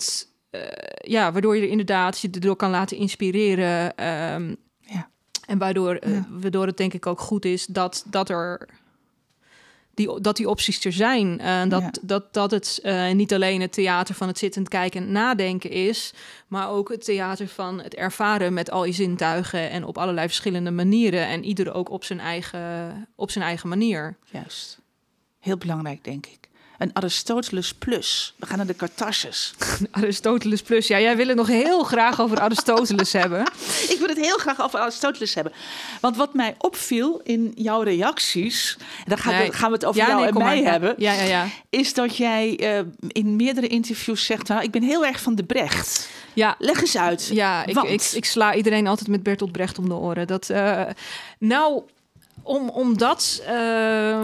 uh, ja, waardoor je er inderdaad je erdoor kan laten inspireren. Um, ja. En waardoor, uh, ja. waardoor het denk ik ook goed is dat, dat er... Die, dat die opties er zijn. Uh, dat, ja. dat, dat het uh, niet alleen het theater van het zittend kijken en nadenken is, maar ook het theater van het ervaren met al je zintuigen en op allerlei verschillende manieren. En ieder ook op zijn eigen, op zijn eigen manier. Juist. Heel belangrijk, denk ik. Een Aristoteles plus. We gaan naar de Catharsis. Aristoteles plus. Ja, jij wil het nog heel graag over Aristoteles hebben. Ik wil het heel graag over Aristoteles hebben. Want wat mij opviel in jouw reacties, en dan gaan, nee. we, gaan we het over ja, jou nee, en mij maar, hebben, ja, ja, ja. is dat jij uh, in meerdere interviews zegt, nou, ik ben heel erg van de Brecht. Ja. Leg eens uit. Ja, ik, ik, ik sla iedereen altijd met Bertolt Brecht om de oren. Dat, uh, nou, om, omdat... Uh,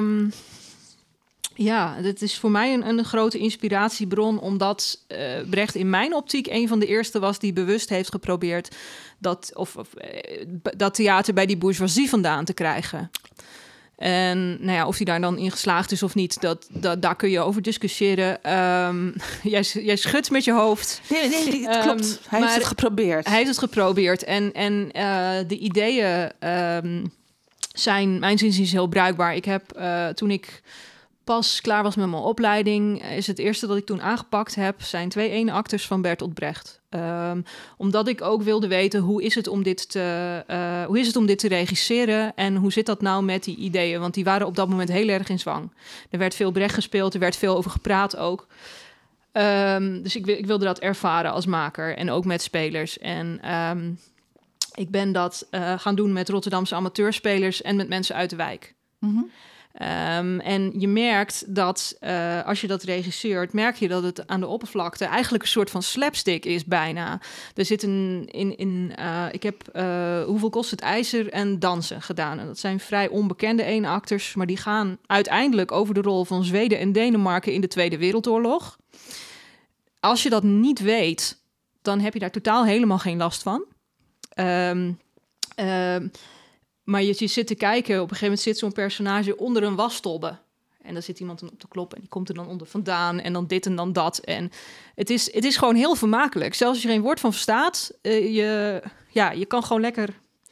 Ja, dat is voor mij een, een grote inspiratiebron, omdat uh, Brecht in mijn optiek een van de eerste was die bewust heeft geprobeerd dat, of, of, uh, dat theater bij die bourgeoisie vandaan te krijgen. En nou ja, of hij daar dan in geslaagd is of niet, dat, dat, daar kun je over discussiëren. Um, jij, jij schudt met je hoofd. Nee, nee, nee het klopt. Um, hij heeft het geprobeerd. Hij heeft het geprobeerd. En, en uh, de ideeën um, zijn mijn inziens heel bruikbaar. Ik heb uh, toen ik... pas klaar was met mijn opleiding, is het eerste dat ik toen aangepakt heb, zijn twee eenakters van Bertolt Brecht. Um, omdat ik ook wilde weten, hoe is het om dit te, uh, hoe is het om dit te regisseren en hoe zit dat nou met die ideeën? Want die waren op dat moment heel erg in zwang. Er werd veel Brecht gespeeld, er werd veel over gepraat ook. Um, dus ik, ik wilde dat ervaren als maker en ook met spelers. En um, ik ben dat uh, gaan doen met Rotterdamse amateurspelers en met mensen uit de wijk. Mm-hmm. Um, en je merkt dat uh, als je dat regisseert, merk je dat het aan de oppervlakte eigenlijk een soort van slapstick is bijna. Er zit een in, in uh, ik heb uh, Hoeveel kost het ijzer en dansen gedaan. En dat zijn vrij onbekende eenakters, maar die gaan uiteindelijk over de rol van Zweden en Denemarken in de Tweede Wereldoorlog. Als je dat niet weet, dan heb je daar totaal helemaal geen last van. Um, um, Maar je, je zit te kijken, op een gegeven moment zit zo'n personage onder een wasstobbe. En dan zit iemand op de klop en die komt er dan onder vandaan. En dan dit en dan dat. En het is, het is gewoon heel vermakelijk. Zelfs als je er geen woord van verstaat, uh, je, ja, je kan gewoon lekker,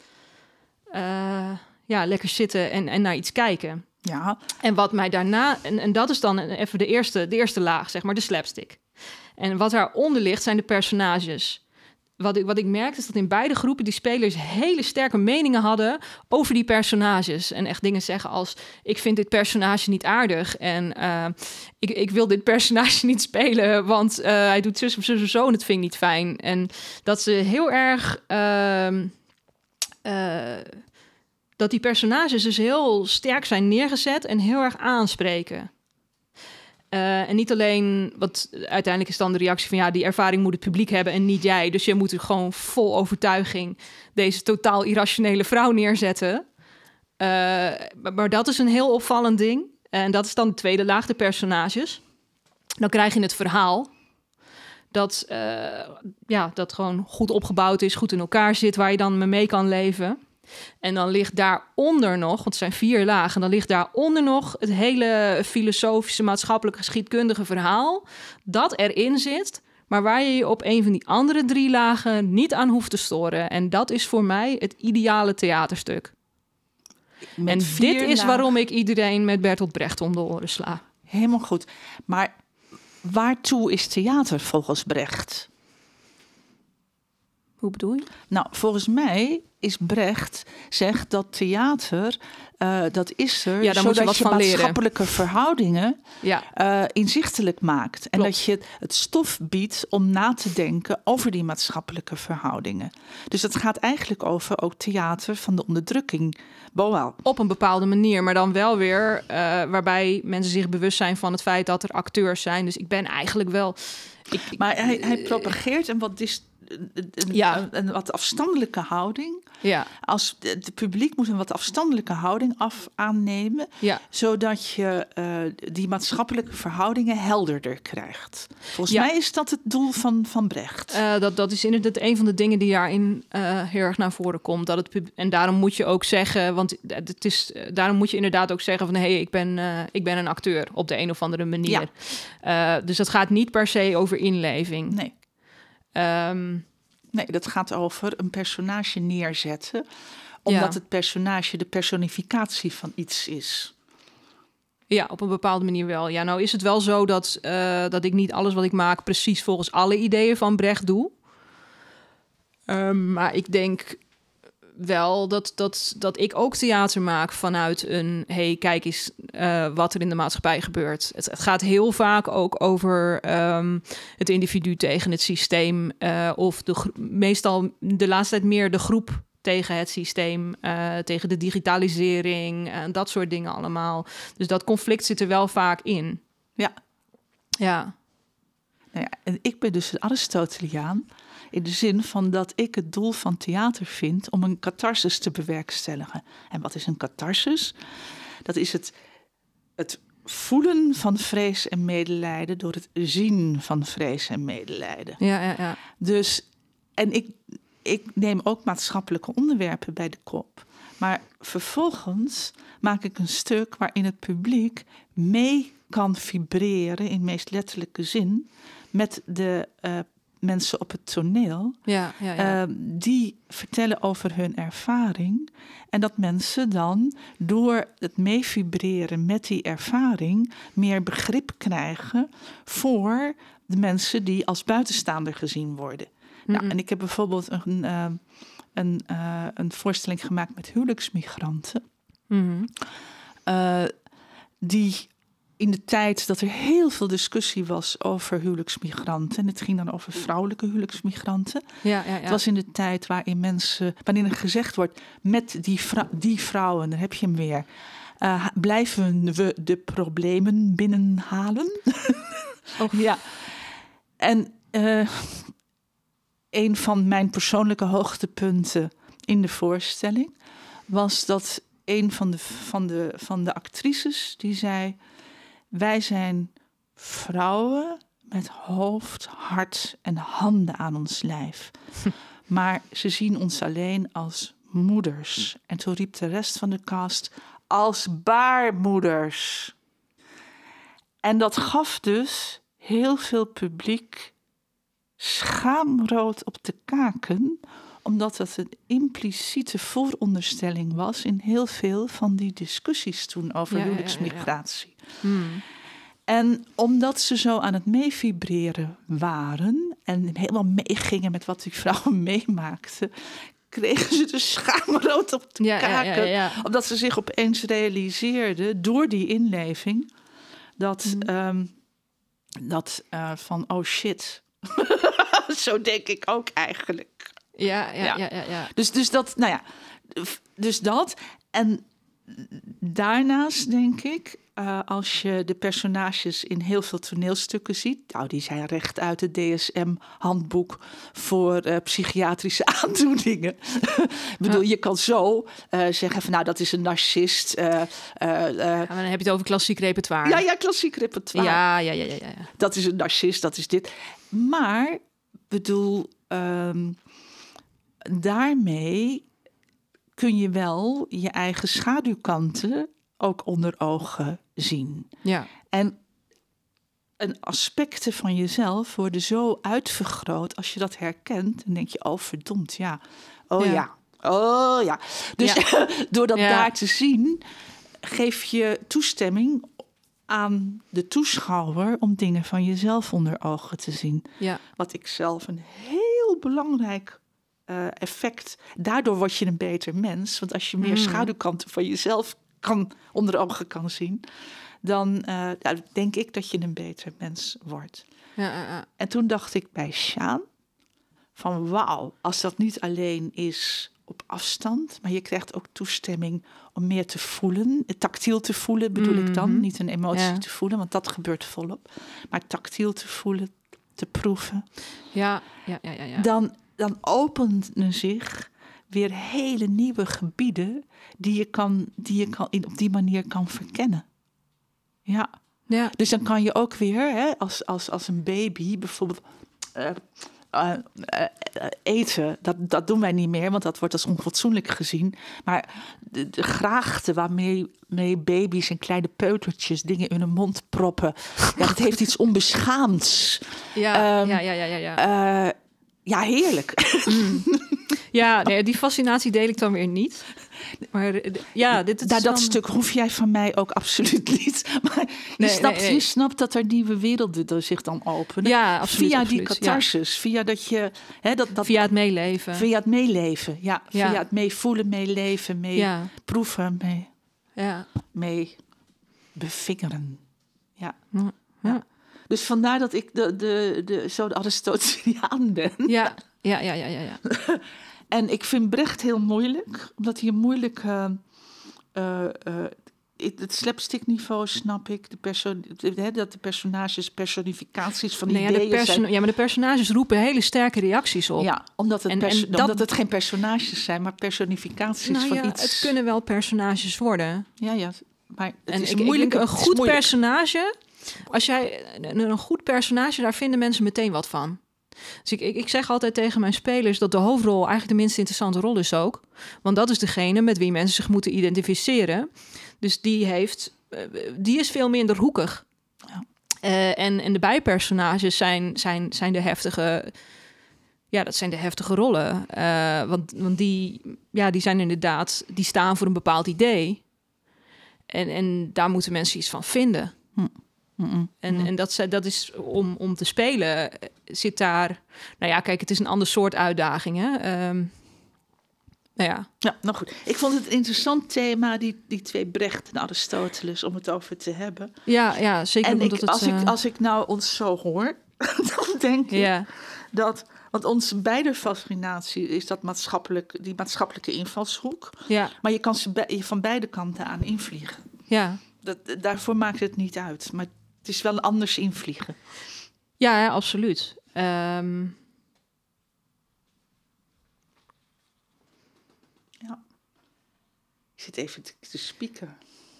uh, ja, lekker zitten en, en naar iets kijken. Ja. En wat mij daarna, en, en dat is dan even de eerste, de eerste laag, zeg maar, de slapstick. En wat daaronder ligt zijn de personages. Wat ik, wat ik merkte is dat in beide groepen die spelers hele sterke meningen hadden over die personages. En echt dingen zeggen als, ik vind dit personage niet aardig. En uh, ik, ik wil dit personage niet spelen, want uh, hij doet zus of zus of zo en dat vind ik niet fijn. En dat ze heel erg... Uh, uh, dat die personages dus heel sterk zijn neergezet en heel erg aanspreken. Uh, en niet alleen, wat uiteindelijk is dan de reactie van... ja, die ervaring moet het publiek hebben en niet jij. Dus je moet er gewoon vol overtuiging deze totaal irrationele vrouw neerzetten. Uh, maar, maar dat is een heel opvallend ding. En dat is dan de tweede laag, de personages. Dan krijg je het verhaal. Dat, uh, ja, dat gewoon goed opgebouwd is, goed in elkaar zit... waar je dan mee kan leven... En dan ligt daaronder nog, want het zijn vier lagen... dan ligt daaronder nog het hele filosofische, maatschappelijke, geschiedkundige verhaal... dat erin zit, maar waar je je op een van die andere drie lagen niet aan hoeft te storen. En dat is voor mij het ideale theaterstuk. Met en dit is lagen. Waarom ik iedereen met Bertolt Brecht om de oren sla. Helemaal goed. Maar waartoe is theater volgens Brecht? Hoe bedoel je? Nou, volgens mij is Brecht zegt dat theater, uh, dat is er... Ja, zodat je, wat je van maatschappelijke leren. verhoudingen ja. uh, inzichtelijk maakt. En Klopt. dat je het stof biedt om na te denken over die maatschappelijke verhoudingen. Dus het gaat eigenlijk over ook theater van de onderdrukking. Boal. Op een bepaalde manier, maar dan wel weer... Uh, waarbij mensen zich bewust zijn van het feit dat er acteurs zijn. Dus ik ben eigenlijk wel... Ik, maar hij, hij propageert een wat... Dis- Een, ja. een, een wat afstandelijke houding. Ja. Als het publiek moet een wat afstandelijke houding af aannemen, ja. zodat je uh, die maatschappelijke verhoudingen helderder krijgt. Volgens ja. mij is dat het doel van, van Brecht. Uh, dat, dat is inderdaad een van de dingen die daarin uh, heel erg naar voren komt. Dat het pub- en daarom moet je ook zeggen, want het is, daarom moet je inderdaad ook zeggen van hé, hey, ik ben, uh, ik ben een acteur op de een of andere manier. Ja. Uh, dus dat gaat niet per se over inleving. Nee. Um, nee, dat gaat over een personage neerzetten, omdat ja. het personage de personificatie van iets is. Ja, op een bepaalde manier wel. Ja, nou is het wel zo dat, uh, dat ik niet alles wat ik maak precies volgens alle ideeën van Brecht doe. Um, maar ik denk wel dat, dat, dat ik ook theater maak vanuit een... hey, kijk eens uh, wat er in de maatschappij gebeurt. Het, het gaat heel vaak ook over um, het individu tegen het systeem. Uh, of de, meestal de laatste tijd meer de groep tegen het systeem. Uh, tegen de digitalisering en dat soort dingen allemaal. Dus dat conflict zit er wel vaak in. Ja. Ja. Nou ja, en ik ben dus een Aristoteliaan... in de zin van dat ik het doel van theater vind om een catharsis te bewerkstelligen. En wat is een catharsis? Dat is het, het voelen van vrees en medelijden door het zien van vrees en medelijden. Ja, ja, ja. Dus, en ik, ik neem ook maatschappelijke onderwerpen bij de kop. Maar vervolgens maak ik een stuk waarin het publiek mee kan vibreren, in meest letterlijke zin, met de uh, mensen op het toneel, ja, ja, ja. Uh, die vertellen over hun ervaring. En dat mensen dan door het meevibreren met die ervaring meer begrip krijgen voor de mensen die als buitenstaander gezien worden. Mm-hmm. Nou, en ik heb bijvoorbeeld een, uh, een, uh, een voorstelling gemaakt met huwelijksmigranten. Mm-hmm. Uh, die in de tijd dat er heel veel discussie was over huwelijksmigranten. En het ging dan over vrouwelijke huwelijksmigranten. Ja, ja, ja. Het was in de tijd waarin mensen, wanneer er gezegd wordt, met die, vrou- die vrouwen, dan heb je hem weer. Uh, blijven we de problemen binnenhalen? Oh. Ja. En uh, een van mijn persoonlijke hoogtepunten in de voorstelling was dat een van de, van de, van de actrices die zei: wij zijn vrouwen met hoofd, hart en handen aan ons lijf. Maar ze zien ons alleen als moeders. En toen riep de rest van de cast: als baarmoeders. En dat gaf dus heel veel publiek schaamrood op de kaken, omdat dat een impliciete vooronderstelling was in heel veel van die discussies toen over ja, huwelijksmigratie. Ja, ja, ja. Hmm. En omdat ze zo aan het meevibreren waren en helemaal meegingen met wat die vrouwen meemaakten, kregen ze dus schaamrood op de ja, kaken. Ja, ja, ja. Omdat ze zich opeens realiseerden door die inleving dat, hmm. um, dat uh, van oh shit, zo denk ik ook eigenlijk. Ja, ja, ja, ja, ja, ja. Dus, dus dat, nou ja, dus dat. En daarnaast denk ik, uh, als je de personages in heel veel toneelstukken ziet, nou, die zijn recht uit het D S M-handboek voor uh, psychiatrische aandoeningen. Ik bedoel, ja. Je kan zo uh, zeggen van, nou, dat is een narcist. Uh, uh, uh, ja, dan heb je het over klassiek repertoire. Ja, ja, klassiek repertoire. Ja, ja, ja, ja, ja. Dat is een narcist, dat is dit. Maar, bedoel, um, daarmee kun je wel je eigen schaduwkanten ook onder ogen zien. Ja. En een aspecten van jezelf worden zo uitvergroot als je dat herkent. Dan denk je, oh verdomd, ja. Oh ja. ja. Oh ja. Dus ja. door dat ja. daar te zien, geef je toestemming aan de toeschouwer om dingen van jezelf onder ogen te zien. Ja. Wat ik zelf een heel belangrijk uh, effect. Daardoor word je een beter mens. Want als je meer mm. schaduwkanten van jezelf kan, onder ogen kan zien, dan uh, nou, denk ik dat je een beter mens wordt. Ja, ja, ja. En toen dacht ik bij Sjaan van wauw, als dat niet alleen is op afstand, maar je krijgt ook toestemming om meer te voelen, tactiel te voelen bedoel mm-hmm. ik dan, niet een emotie ja. te voelen, want dat gebeurt volop, maar tactiel te voelen, te proeven. Ja, ja, ja, ja, ja. Dan, dan openen zich weer hele nieuwe gebieden die je kan, die je kan op die manier kan verkennen. Ja. Ja. Dus dan kan je ook weer, hè, als, als, als een baby bijvoorbeeld uh, uh, uh, eten. Dat, dat doen wij niet meer, want dat wordt als onfatsoenlijk gezien. Maar de, de graagte waarmee mee baby's en kleine peutertjes dingen in hun mond proppen, ja, dat heeft iets onbeschaamds. Ja, um, ja, ja, ja, ja. Uh, Ja, heerlijk. Mm. Ja, nee, die fascinatie deel ik dan weer niet. Maar ja, dit is nou, dat dan... stuk hoef jij van mij ook absoluut niet. Maar Nee, je, snapt, nee, nee. je snapt dat er nieuwe werelden zich dan openen. Ja, absoluut, via absoluut, die catharsis, ja. via dat je... Hè, dat, dat, via het meeleven. Via het meeleven, ja. Ja. Via het meevoelen, meeleven, mee Ja. proeven, mee, Ja. mee bevingeren. Ja. Ja. Ja. Dus vandaar dat ik de, de, de, zo de Aristoteliaan ben. Ja, ja, ja, ja, ja. ja. En ik vind Brecht heel moeilijk, omdat hij een moeilijk... Uh, uh, uh, het slapstickniveau snap ik, de perso- de, dat de personages personificaties van Nee, ja, ideeën de perso- zijn. Ja, maar de personages roepen hele sterke reacties op. Ja, omdat het, En- perso- en dat- omdat het geen personages zijn, maar personificaties Nou van ja, iets. het kunnen wel personages worden. Ja, ja, maar het En is ik, ik moeilijk. denk een het is goed moeilijk. personage, als jij een, een goed personage, daar vinden mensen meteen wat van. Dus ik, ik, ik zeg altijd tegen mijn spelers dat de hoofdrol eigenlijk de minst interessante rol is ook. Want dat is degene met wie mensen zich moeten identificeren. Dus die heeft, uh, die is veel minder hoekig. Ja. Uh, en, en de bijpersonages zijn, zijn, zijn de heftige... Ja, dat zijn de heftige rollen. Uh, want want die, ja, die zijn inderdaad... Die staan voor een bepaald idee. En, en daar moeten mensen iets van vinden. Hm. Mm-mm. En, Mm. en dat, ze- dat is om, om te spelen, eh, zit daar... Nou ja, kijk, het is een ander soort uitdaging, hè. Ehm, nou ja, Ja, nou goed. Ik vond het een interessant thema, die, die twee Brecht en Aristoteles, om het over te hebben. ja, ja zeker En omdat ik, het... als, eh, ik, als ik nou ons zo hoor, dan denk ik ja, dat... Want onze beide fascinatie is dat maatschappelijk, die maatschappelijke invalshoek. ja, Maar je kan ze be- van beide kanten aan invliegen. ja. Dat, daarvoor maakt het niet uit. Maar het is wel anders invliegen. Ja, ja, absoluut. Ehm, Ja. Ik zit even te, te spieken.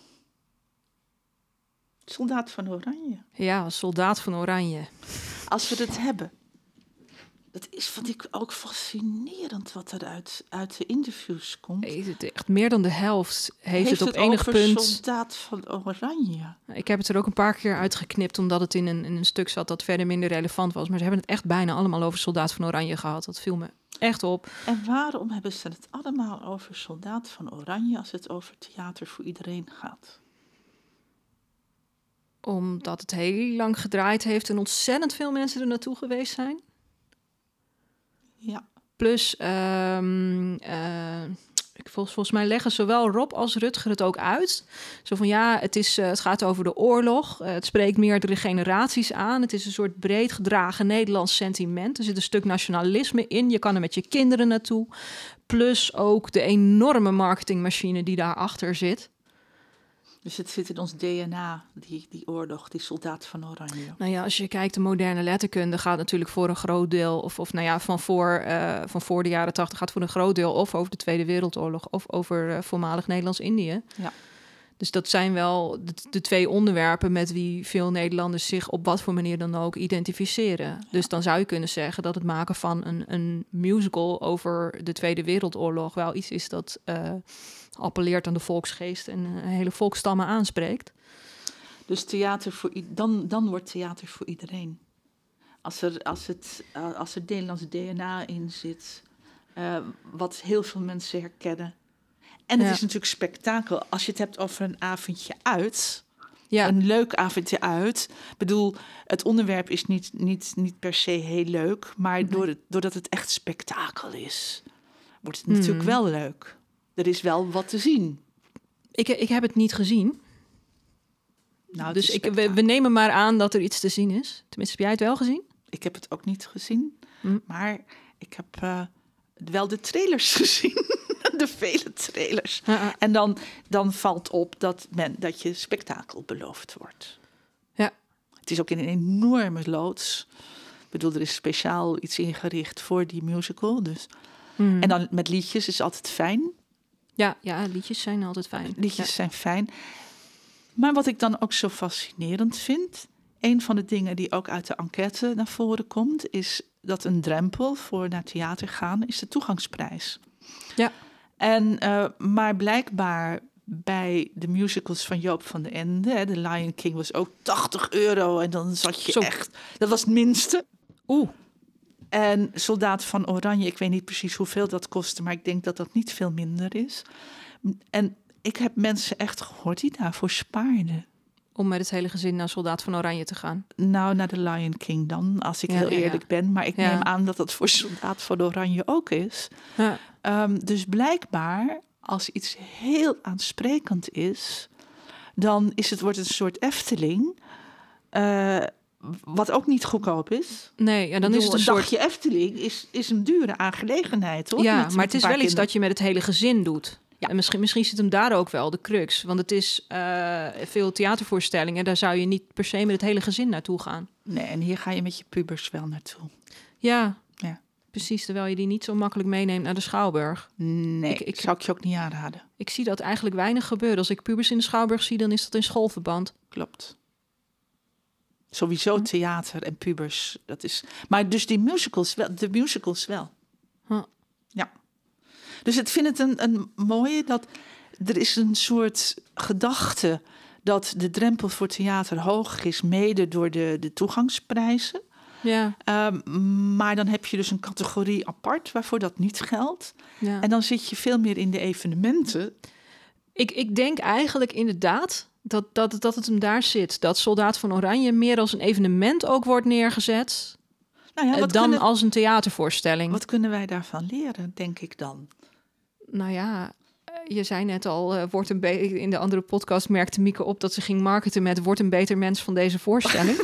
Soldaat van Oranje. ja, als soldaat van Oranje. Als we het hebben. Dat is, vond ik ook fascinerend wat er uit, uit de interviews komt. Is het echt meer dan de helft heeft, Heeft het op enig over punt... Soldaat van Oranje. Ik heb het er ook een paar keer uitgeknipt, omdat het in een, in een stuk zat dat verder minder relevant was. Maar ze hebben het echt bijna allemaal over Soldaat van Oranje gehad. Dat viel me echt op. En waarom hebben ze het allemaal over Soldaat van Oranje als het over theater voor iedereen gaat? Omdat het heel lang gedraaid heeft en ontzettend veel mensen er naartoe geweest zijn. Ja. Plus, um, uh, ik, volgens, volgens mij leggen zowel Rob als Rutger het ook uit. Zo van ja, het, is, uh, het gaat over de oorlog. Uh, het spreekt meerdere generaties aan. Het is een soort breed gedragen Nederlands sentiment. Er zit een stuk nationalisme in. Je kan er met je kinderen naartoe. Plus ook de enorme marketingmachine die daarachter zit. Dus het zit in ons D N A, die, die oorlog, die Soldaat van Oranje. Nou ja, als je kijkt, de moderne letterkunde gaat natuurlijk voor een groot deel... of, of nou ja, van voor, uh, van voor de jaren tachtig gaat voor een groot deel... of over de Tweede Wereldoorlog of over uh, voormalig Nederlands-Indië. Ja. Dus dat zijn wel de, de twee onderwerpen met wie veel Nederlanders zich op wat voor manier dan ook identificeren. Ja. Dus dan zou je kunnen zeggen dat het maken van een, een musical over de Tweede Wereldoorlog wel iets is dat uh, appelleert aan de volksgeest en uh, hele volksstammen aanspreekt. Dus theater voor i- dan, dan wordt theater voor iedereen. Als er, als het, uh, als er Nederlands D N A in zit, uh, wat heel veel mensen herkennen. En het ja. is natuurlijk spektakel. Als je het hebt over een avondje uit, ja. een leuk avondje uit. Ik bedoel, het onderwerp is niet, niet, niet per se heel leuk, maar Nee. door het, doordat het echt spektakel is, wordt het Hmm. natuurlijk wel leuk. Er is wel wat te zien. Ik, ik heb het niet gezien. Nou, het Dus is ik, we, spektakel. we nemen maar aan dat er iets te zien is. Tenminste, heb jij het wel gezien? Ik heb het ook niet gezien, Hm. maar ik heb uh, wel de trailers gezien. De vele trailers. Uh-uh. En dan, dan valt op dat, men, dat je spektakel beloofd wordt. Ja. Het is ook in een enorme loods. Ik bedoel, er is speciaal iets ingericht voor die musical. Dus. Hmm. En dan met liedjes is altijd fijn. Ja, ja, liedjes zijn altijd fijn. Liedjes Ja. zijn fijn. Maar wat ik dan ook zo fascinerend vind... een van de dingen die ook uit de enquête naar voren komt... is dat een drempel voor naar theater gaan is de toegangsprijs. Ja. En, uh, maar blijkbaar bij de musicals van Joop van den Ende... Hè, The Lion King was ook tachtig euro en dan zat je Zo. echt... Dat was het minste. Oeh. En Soldaat van Oranje, ik weet niet precies hoeveel dat kostte, maar ik denk dat dat niet veel minder is. En ik heb mensen echt gehoord die daarvoor spaarden. Om met het hele gezin naar Soldaat van Oranje te gaan. Nou, naar de Lion King dan, als ik Ja, heel ja, eerlijk ja. ben. Maar ik Ja. neem aan dat dat voor Soldaat van Oranje ook is. Ja. Um, dus blijkbaar, als iets heel aansprekend is, dan is het, wordt het een soort Efteling. Uh, wat ook niet goedkoop is. Nee, ja, dan Ik is het bedoel, een een soort... dagje Efteling is, is een dure aangelegenheid, hoor. Ja, Met- maar met het is een wel paar iets dat je met het hele gezin doet. Ja. En misschien, misschien zit hem daar ook wel de crux. Want het is uh, veel theatervoorstellingen, daar zou je niet per se met het hele gezin naartoe gaan. Nee, en hier ga je met je pubers wel naartoe. Ja, Ja. precies. Terwijl je die niet zo makkelijk meeneemt naar de Schouwburg. Nee, Ik- ik- zou ik je ook niet aanraden. Ik zie dat eigenlijk weinig gebeuren. Als ik pubers in de Schouwburg zie, dan is dat in schoolverband. Klopt. Sowieso theater en pubers, dat is... Maar dus die musicals wel, de musicals wel. Huh. Ja. Dus ik vind het een, een mooie dat... Er is een soort gedachte dat de drempel voor theater hoog is, mede door de, de toegangsprijzen. Ja, Um, maar dan heb je dus een categorie apart waarvoor dat niet geldt. ja. En dan zit je veel meer in de evenementen. Ik, ik denk eigenlijk inderdaad dat, dat, dat het hem daar zit. Dat Soldaat van Oranje meer als een evenement ook wordt neergezet... Nou ja, eh, wat, dan kunnen, als een theatervoorstelling. wat kunnen wij daarvan leren, denk ik dan? Nou ja, eh, je zei net al, uh, wordt een be- in de andere podcast merkte Mieke op dat ze ging marketen met wordt een beter mens van deze voorstelling.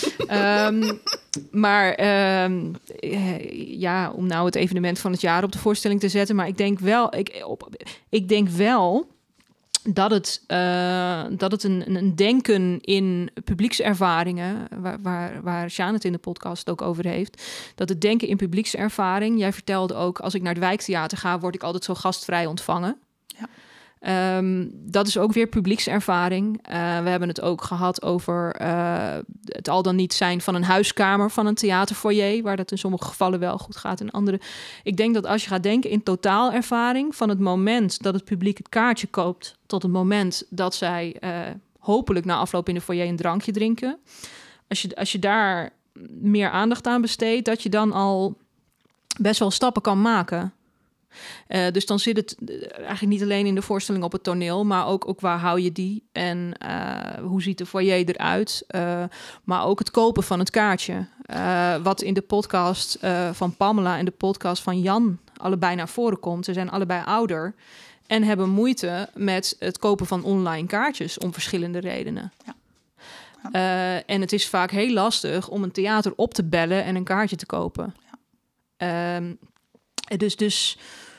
um, maar um, eh, ja, om nou het evenement van het jaar op de voorstelling te zetten. Maar ik denk wel, ik, op, ik denk wel dat het, uh, dat het een, een denken in publiekservaringen, waar, waar, waar Sjaan het in de podcast ook over heeft, dat het denken in publiekservaring, jij vertelde ook, als ik naar het wijktheater ga, word ik altijd zo gastvrij ontvangen. Ja. Um, dat is ook weer publiekservaring. Uh, we hebben het ook gehad over uh, het al dan niet zijn van een huiskamer van een theaterfoyer, waar dat in sommige gevallen wel goed gaat, in andere. Ik denk dat als je gaat denken in totaalervaring, van het moment dat het publiek het kaartje koopt tot het moment dat zij uh, hopelijk na afloop in de foyer een drankje drinken, als je, als je daar meer aandacht aan besteedt, dat je dan al best wel stappen kan maken. Uh, dus dan zit het uh, eigenlijk niet alleen in de voorstelling op het toneel, maar ook, ook waar hou je die en uh, hoe ziet de foyer eruit. Uh, maar ook het kopen van het kaartje. Uh, wat in de podcast uh, van Pamela en de podcast van Jan allebei naar voren komt. Ze zijn allebei ouder en hebben moeite met het kopen van online kaartjes om verschillende redenen. Ja. Uh, en het is vaak heel lastig om een theater op te bellen en een kaartje te kopen. Ja. Um, dus, dus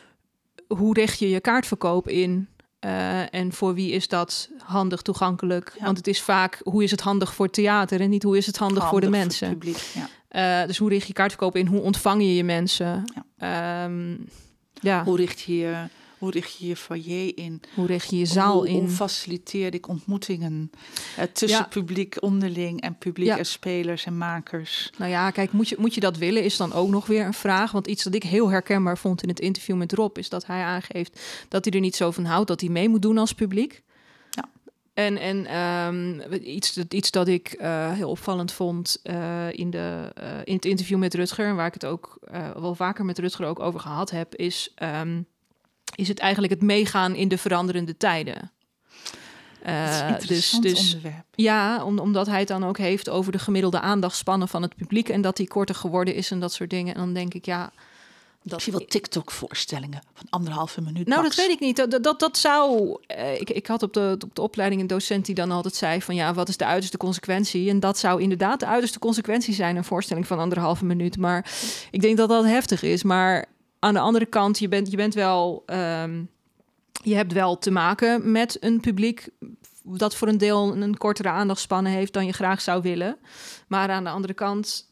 hoe richt je je kaartverkoop in? Uh, en voor wie is dat handig toegankelijk? Ja. Want het is vaak, hoe is het handig voor theater en niet hoe is het handig, handig voor de mensen? Voor het publiek, ja. Uh, dus hoe richt je je kaartverkoop in? Hoe ontvang je je mensen? Ja. Um, ja. Hoe richt je je... Hoe richt je je foyer in? Hoe richt je je zaal hoe, in? Hoe faciliteer ik ontmoetingen uh, tussen ja. publiek onderling en publiek ja. en spelers en makers? Nou ja, kijk, moet je, moet je dat willen is dan ook nog weer een vraag. Want iets dat ik heel herkenbaar vond in het interview met Rob is dat hij aangeeft dat hij er niet zo van houdt dat hij mee moet doen als publiek. Ja. En, en um, iets, iets dat ik uh, heel opvallend vond uh, in, de, uh, in het interview met Rutger, waar ik het ook uh, wel vaker met Rutger ook over gehad heb, is... Um, is het eigenlijk het meegaan in de veranderende tijden. Uh, dat is een interessant dus, dus, onderwerp. Ja, om, omdat hij het dan ook heeft over de gemiddelde aandachtspannen van het publiek en dat die korter geworden is en dat soort dingen. En dan denk ik, ja... Dat zie je wel TikTok-voorstellingen van anderhalve minuut. Nou, max. dat weet ik niet. Dat, dat, dat zou... Uh, ik, ik had op de, op de opleiding een docent die dan altijd zei van ja, wat is de uiterste consequentie? En dat zou inderdaad de uiterste consequentie zijn, een voorstelling van anderhalve minuut. Maar ik denk dat dat heftig is. Maar aan de andere kant, je bent, je bent wel... Um, je hebt wel te maken met een publiek dat voor een deel een kortere aandachtspannen heeft dan je graag zou willen. Maar aan de andere kant,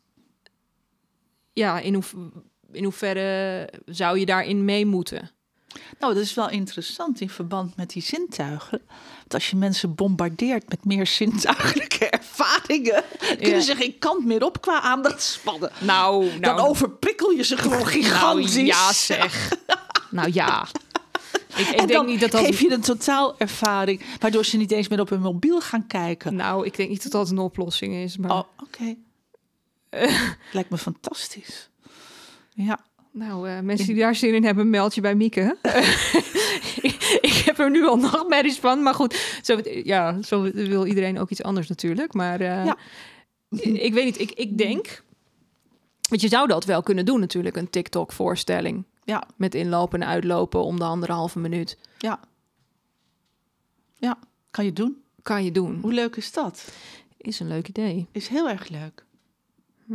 ja, in, hoe, in hoeverre zou je daarin mee moeten? Nou, dat is wel interessant in verband met die zintuigen. Want als je mensen bombardeert met meer zintuigelijke ervaringen, ja. kunnen ze geen kant meer op qua aandachtspannen. Nou, nou dan overprikkel je ze gewoon gigantisch. Nou, ja, zeg. Nou ja. Ik, ik en denk dan niet dat dat geef je een totaalervaring, waardoor ze niet eens meer op hun mobiel gaan kijken. Nou, ik denk niet dat dat een oplossing is. Maar... Oh, oké. Okay. Uh. Lijkt me fantastisch. Ja. Nou, uh, mensen die daar zin in hebben, meld je bij Mieke. ik, ik heb er nu al nachtmerries van. Maar goed, zo, ja, zo wil iedereen ook iets anders natuurlijk. Maar uh, ja. ik weet niet, ik, ik denk... Want je zou dat wel kunnen doen natuurlijk, een TikTok-voorstelling. Ja. Met inlopen en uitlopen om de anderhalve minuut. Ja. Ja, kan je doen. Kan je doen. Hoe leuk is dat? Is een leuk idee. Is heel erg leuk. Hm.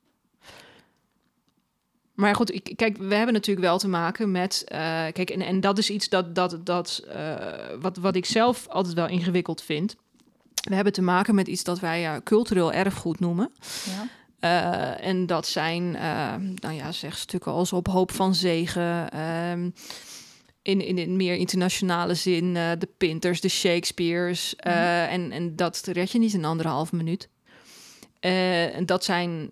Maar goed, ik, kijk, we hebben natuurlijk wel te maken met... Uh, kijk, en, en dat is iets dat, dat, dat, uh, wat, wat ik zelf altijd wel ingewikkeld vind. We hebben te maken met iets dat wij uh, cultureel erfgoed noemen. Ja. Uh, en dat zijn, uh, nou ja, zeg stukken als Op Hoop van Zegen... Uh, in, in, in meer internationale zin, uh, de Pinters, de Shakespeare's. Uh, mm. en, en dat red je niet in anderhalf minuut. Uh, en dat zijn...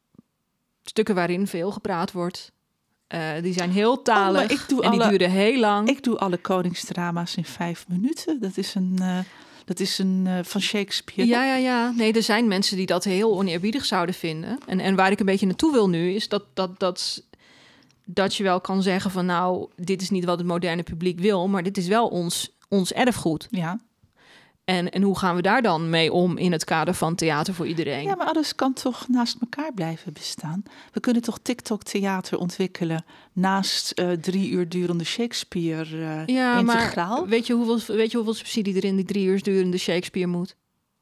stukken waarin veel gepraat wordt. Uh, die zijn heel talig oh, ik doe en die alle, duren heel lang. Ik doe alle koningsdrama's in vijf minuten. Dat is een, uh, dat is een uh, van Shakespeare. Ja, ja, ja. Nee, er zijn mensen die dat heel oneerbiedig zouden vinden. En, en waar ik een beetje naartoe wil nu, is dat, dat, dat, dat je wel kan zeggen van... nou, dit is niet wat het moderne publiek wil... maar dit is wel ons, ons erfgoed. Ja. En, en hoe gaan we daar dan mee om in het kader van theater voor iedereen? Ja, maar alles kan toch naast elkaar blijven bestaan? We kunnen toch TikTok-theater ontwikkelen... naast uh, drie uur durende Shakespeare uh, ja, integraal? Maar weet je, hoeveel, weet je hoeveel subsidie er in die drie uur durende Shakespeare moet?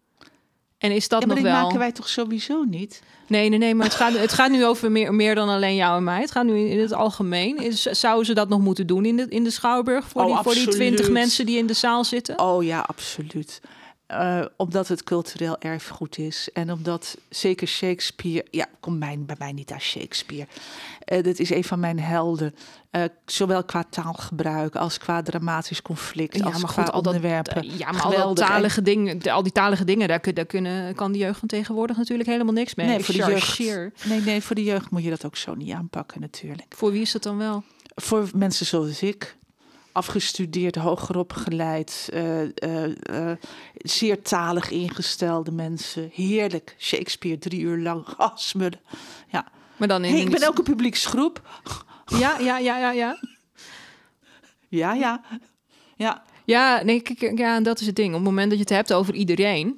En is dat ja, maar nog die wel... maken wij toch sowieso niet? Nee, nee, nee, maar het gaat, het gaat nu over meer, meer dan alleen jou en mij. Het gaat nu in het algemeen. Is, zouden ze dat nog moeten doen in de, in de Schouwburg... voor, oh, die, voor die twintig mensen die in de zaal zitten? Oh ja, absoluut. Uh, omdat het cultureel erfgoed is. En omdat zeker Shakespeare... Ja, kom mij, bij mij niet aan Shakespeare. Uh, dit is een van mijn helden. Uh, zowel qua taalgebruik als qua dramatisch conflict. Ja, als maar qua goed, al onderwerpen. Dat, ja, maar Geweldig. al, dat talige dingen, al die talige dingen... daar, daar kunnen, kan de jeugd van tegenwoordig natuurlijk helemaal niks mee. Nee, voor de jeugd, nee, nee, voor de jeugd moet je dat ook zo niet aanpakken natuurlijk. Voor wie is dat dan wel? Voor mensen zoals ik... afgestudeerd, hoger opgeleid, uh, uh, uh, zeer talig ingestelde mensen. Heerlijk. Shakespeare drie uur lang gasmullen. Ja. Maar dan in hey, ik ben ook een publieksgroep. Ja, ja, ja, ja, ja. Ja, ja. Ja, ja, nee, kijk, ja, dat is het ding. Op het moment dat je het hebt over iedereen...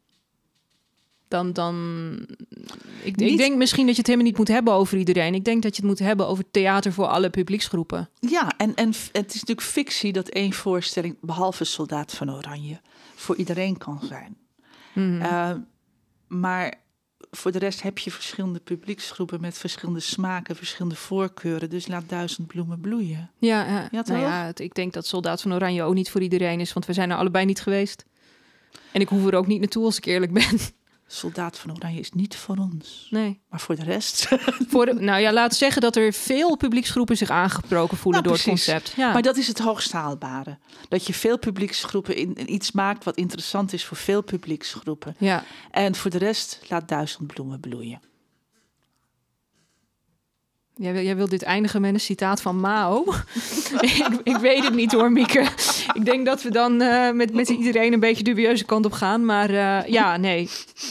dan... dan ik, ik denk misschien dat je het helemaal niet moet hebben over iedereen. Ik denk dat je het moet hebben over theater voor alle publieksgroepen. Ja, en, en het is natuurlijk fictie dat één voorstelling... behalve Soldaat van Oranje, voor iedereen kan zijn. Mm-hmm. Uh, maar voor de rest heb je verschillende publieksgroepen... met verschillende smaken, verschillende voorkeuren. Dus laat duizend bloemen bloeien. Ja, ja. ja, nou ja het, ik denk dat Soldaat van Oranje ook niet voor iedereen is... want we zijn er allebei niet geweest. En ik hoef er ook niet naartoe als ik eerlijk ben... Soldaat van Oranje is niet voor ons. Nee. Maar voor de rest. Voor de, nou ja, laat zeggen dat er veel publieksgroepen zich aangesproken voelen nou, door precies. het concept. Ja. Maar dat is het hoogst haalbare. Dat je veel publieksgroepen in, in iets maakt wat interessant is voor veel publieksgroepen. Ja. En voor de rest laat duizend bloemen bloeien. Jij wil, jij wil dit eindigen met een citaat van Mao. ik, ik weet het niet hoor, Mieke. Ik denk dat we dan uh, met, met iedereen een beetje dubieuze kant op gaan. Maar uh, ja, nee.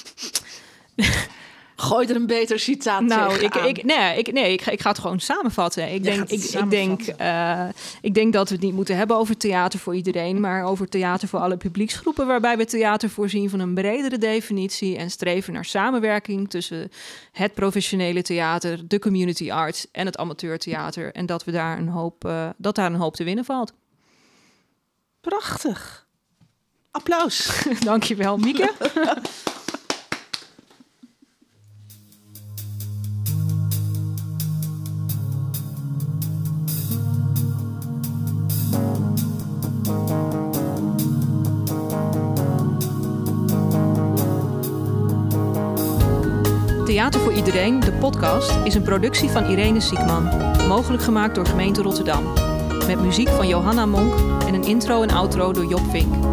Gooi er een beter citaat nou, ik, ik, nee, ik, nee ik, ga, ik ga het gewoon samenvatten. Ik denk, ik, ik, denk, uh, ik denk dat we het niet moeten hebben over theater voor iedereen... maar over theater voor alle publieksgroepen... waarbij we theater voorzien van een bredere definitie... en streven naar samenwerking tussen het professionele theater... de community arts en het amateurtheater... en dat, we daar, een hoop, uh, dat daar een hoop te winnen valt. Prachtig. Applaus. Dankjewel, Mieke. Theater voor Iedereen, de podcast, is een productie van Irene Siekman. Mogelijk gemaakt door gemeente Rotterdam. Met muziek van Johanna Monk en een intro en outro door Job Vink.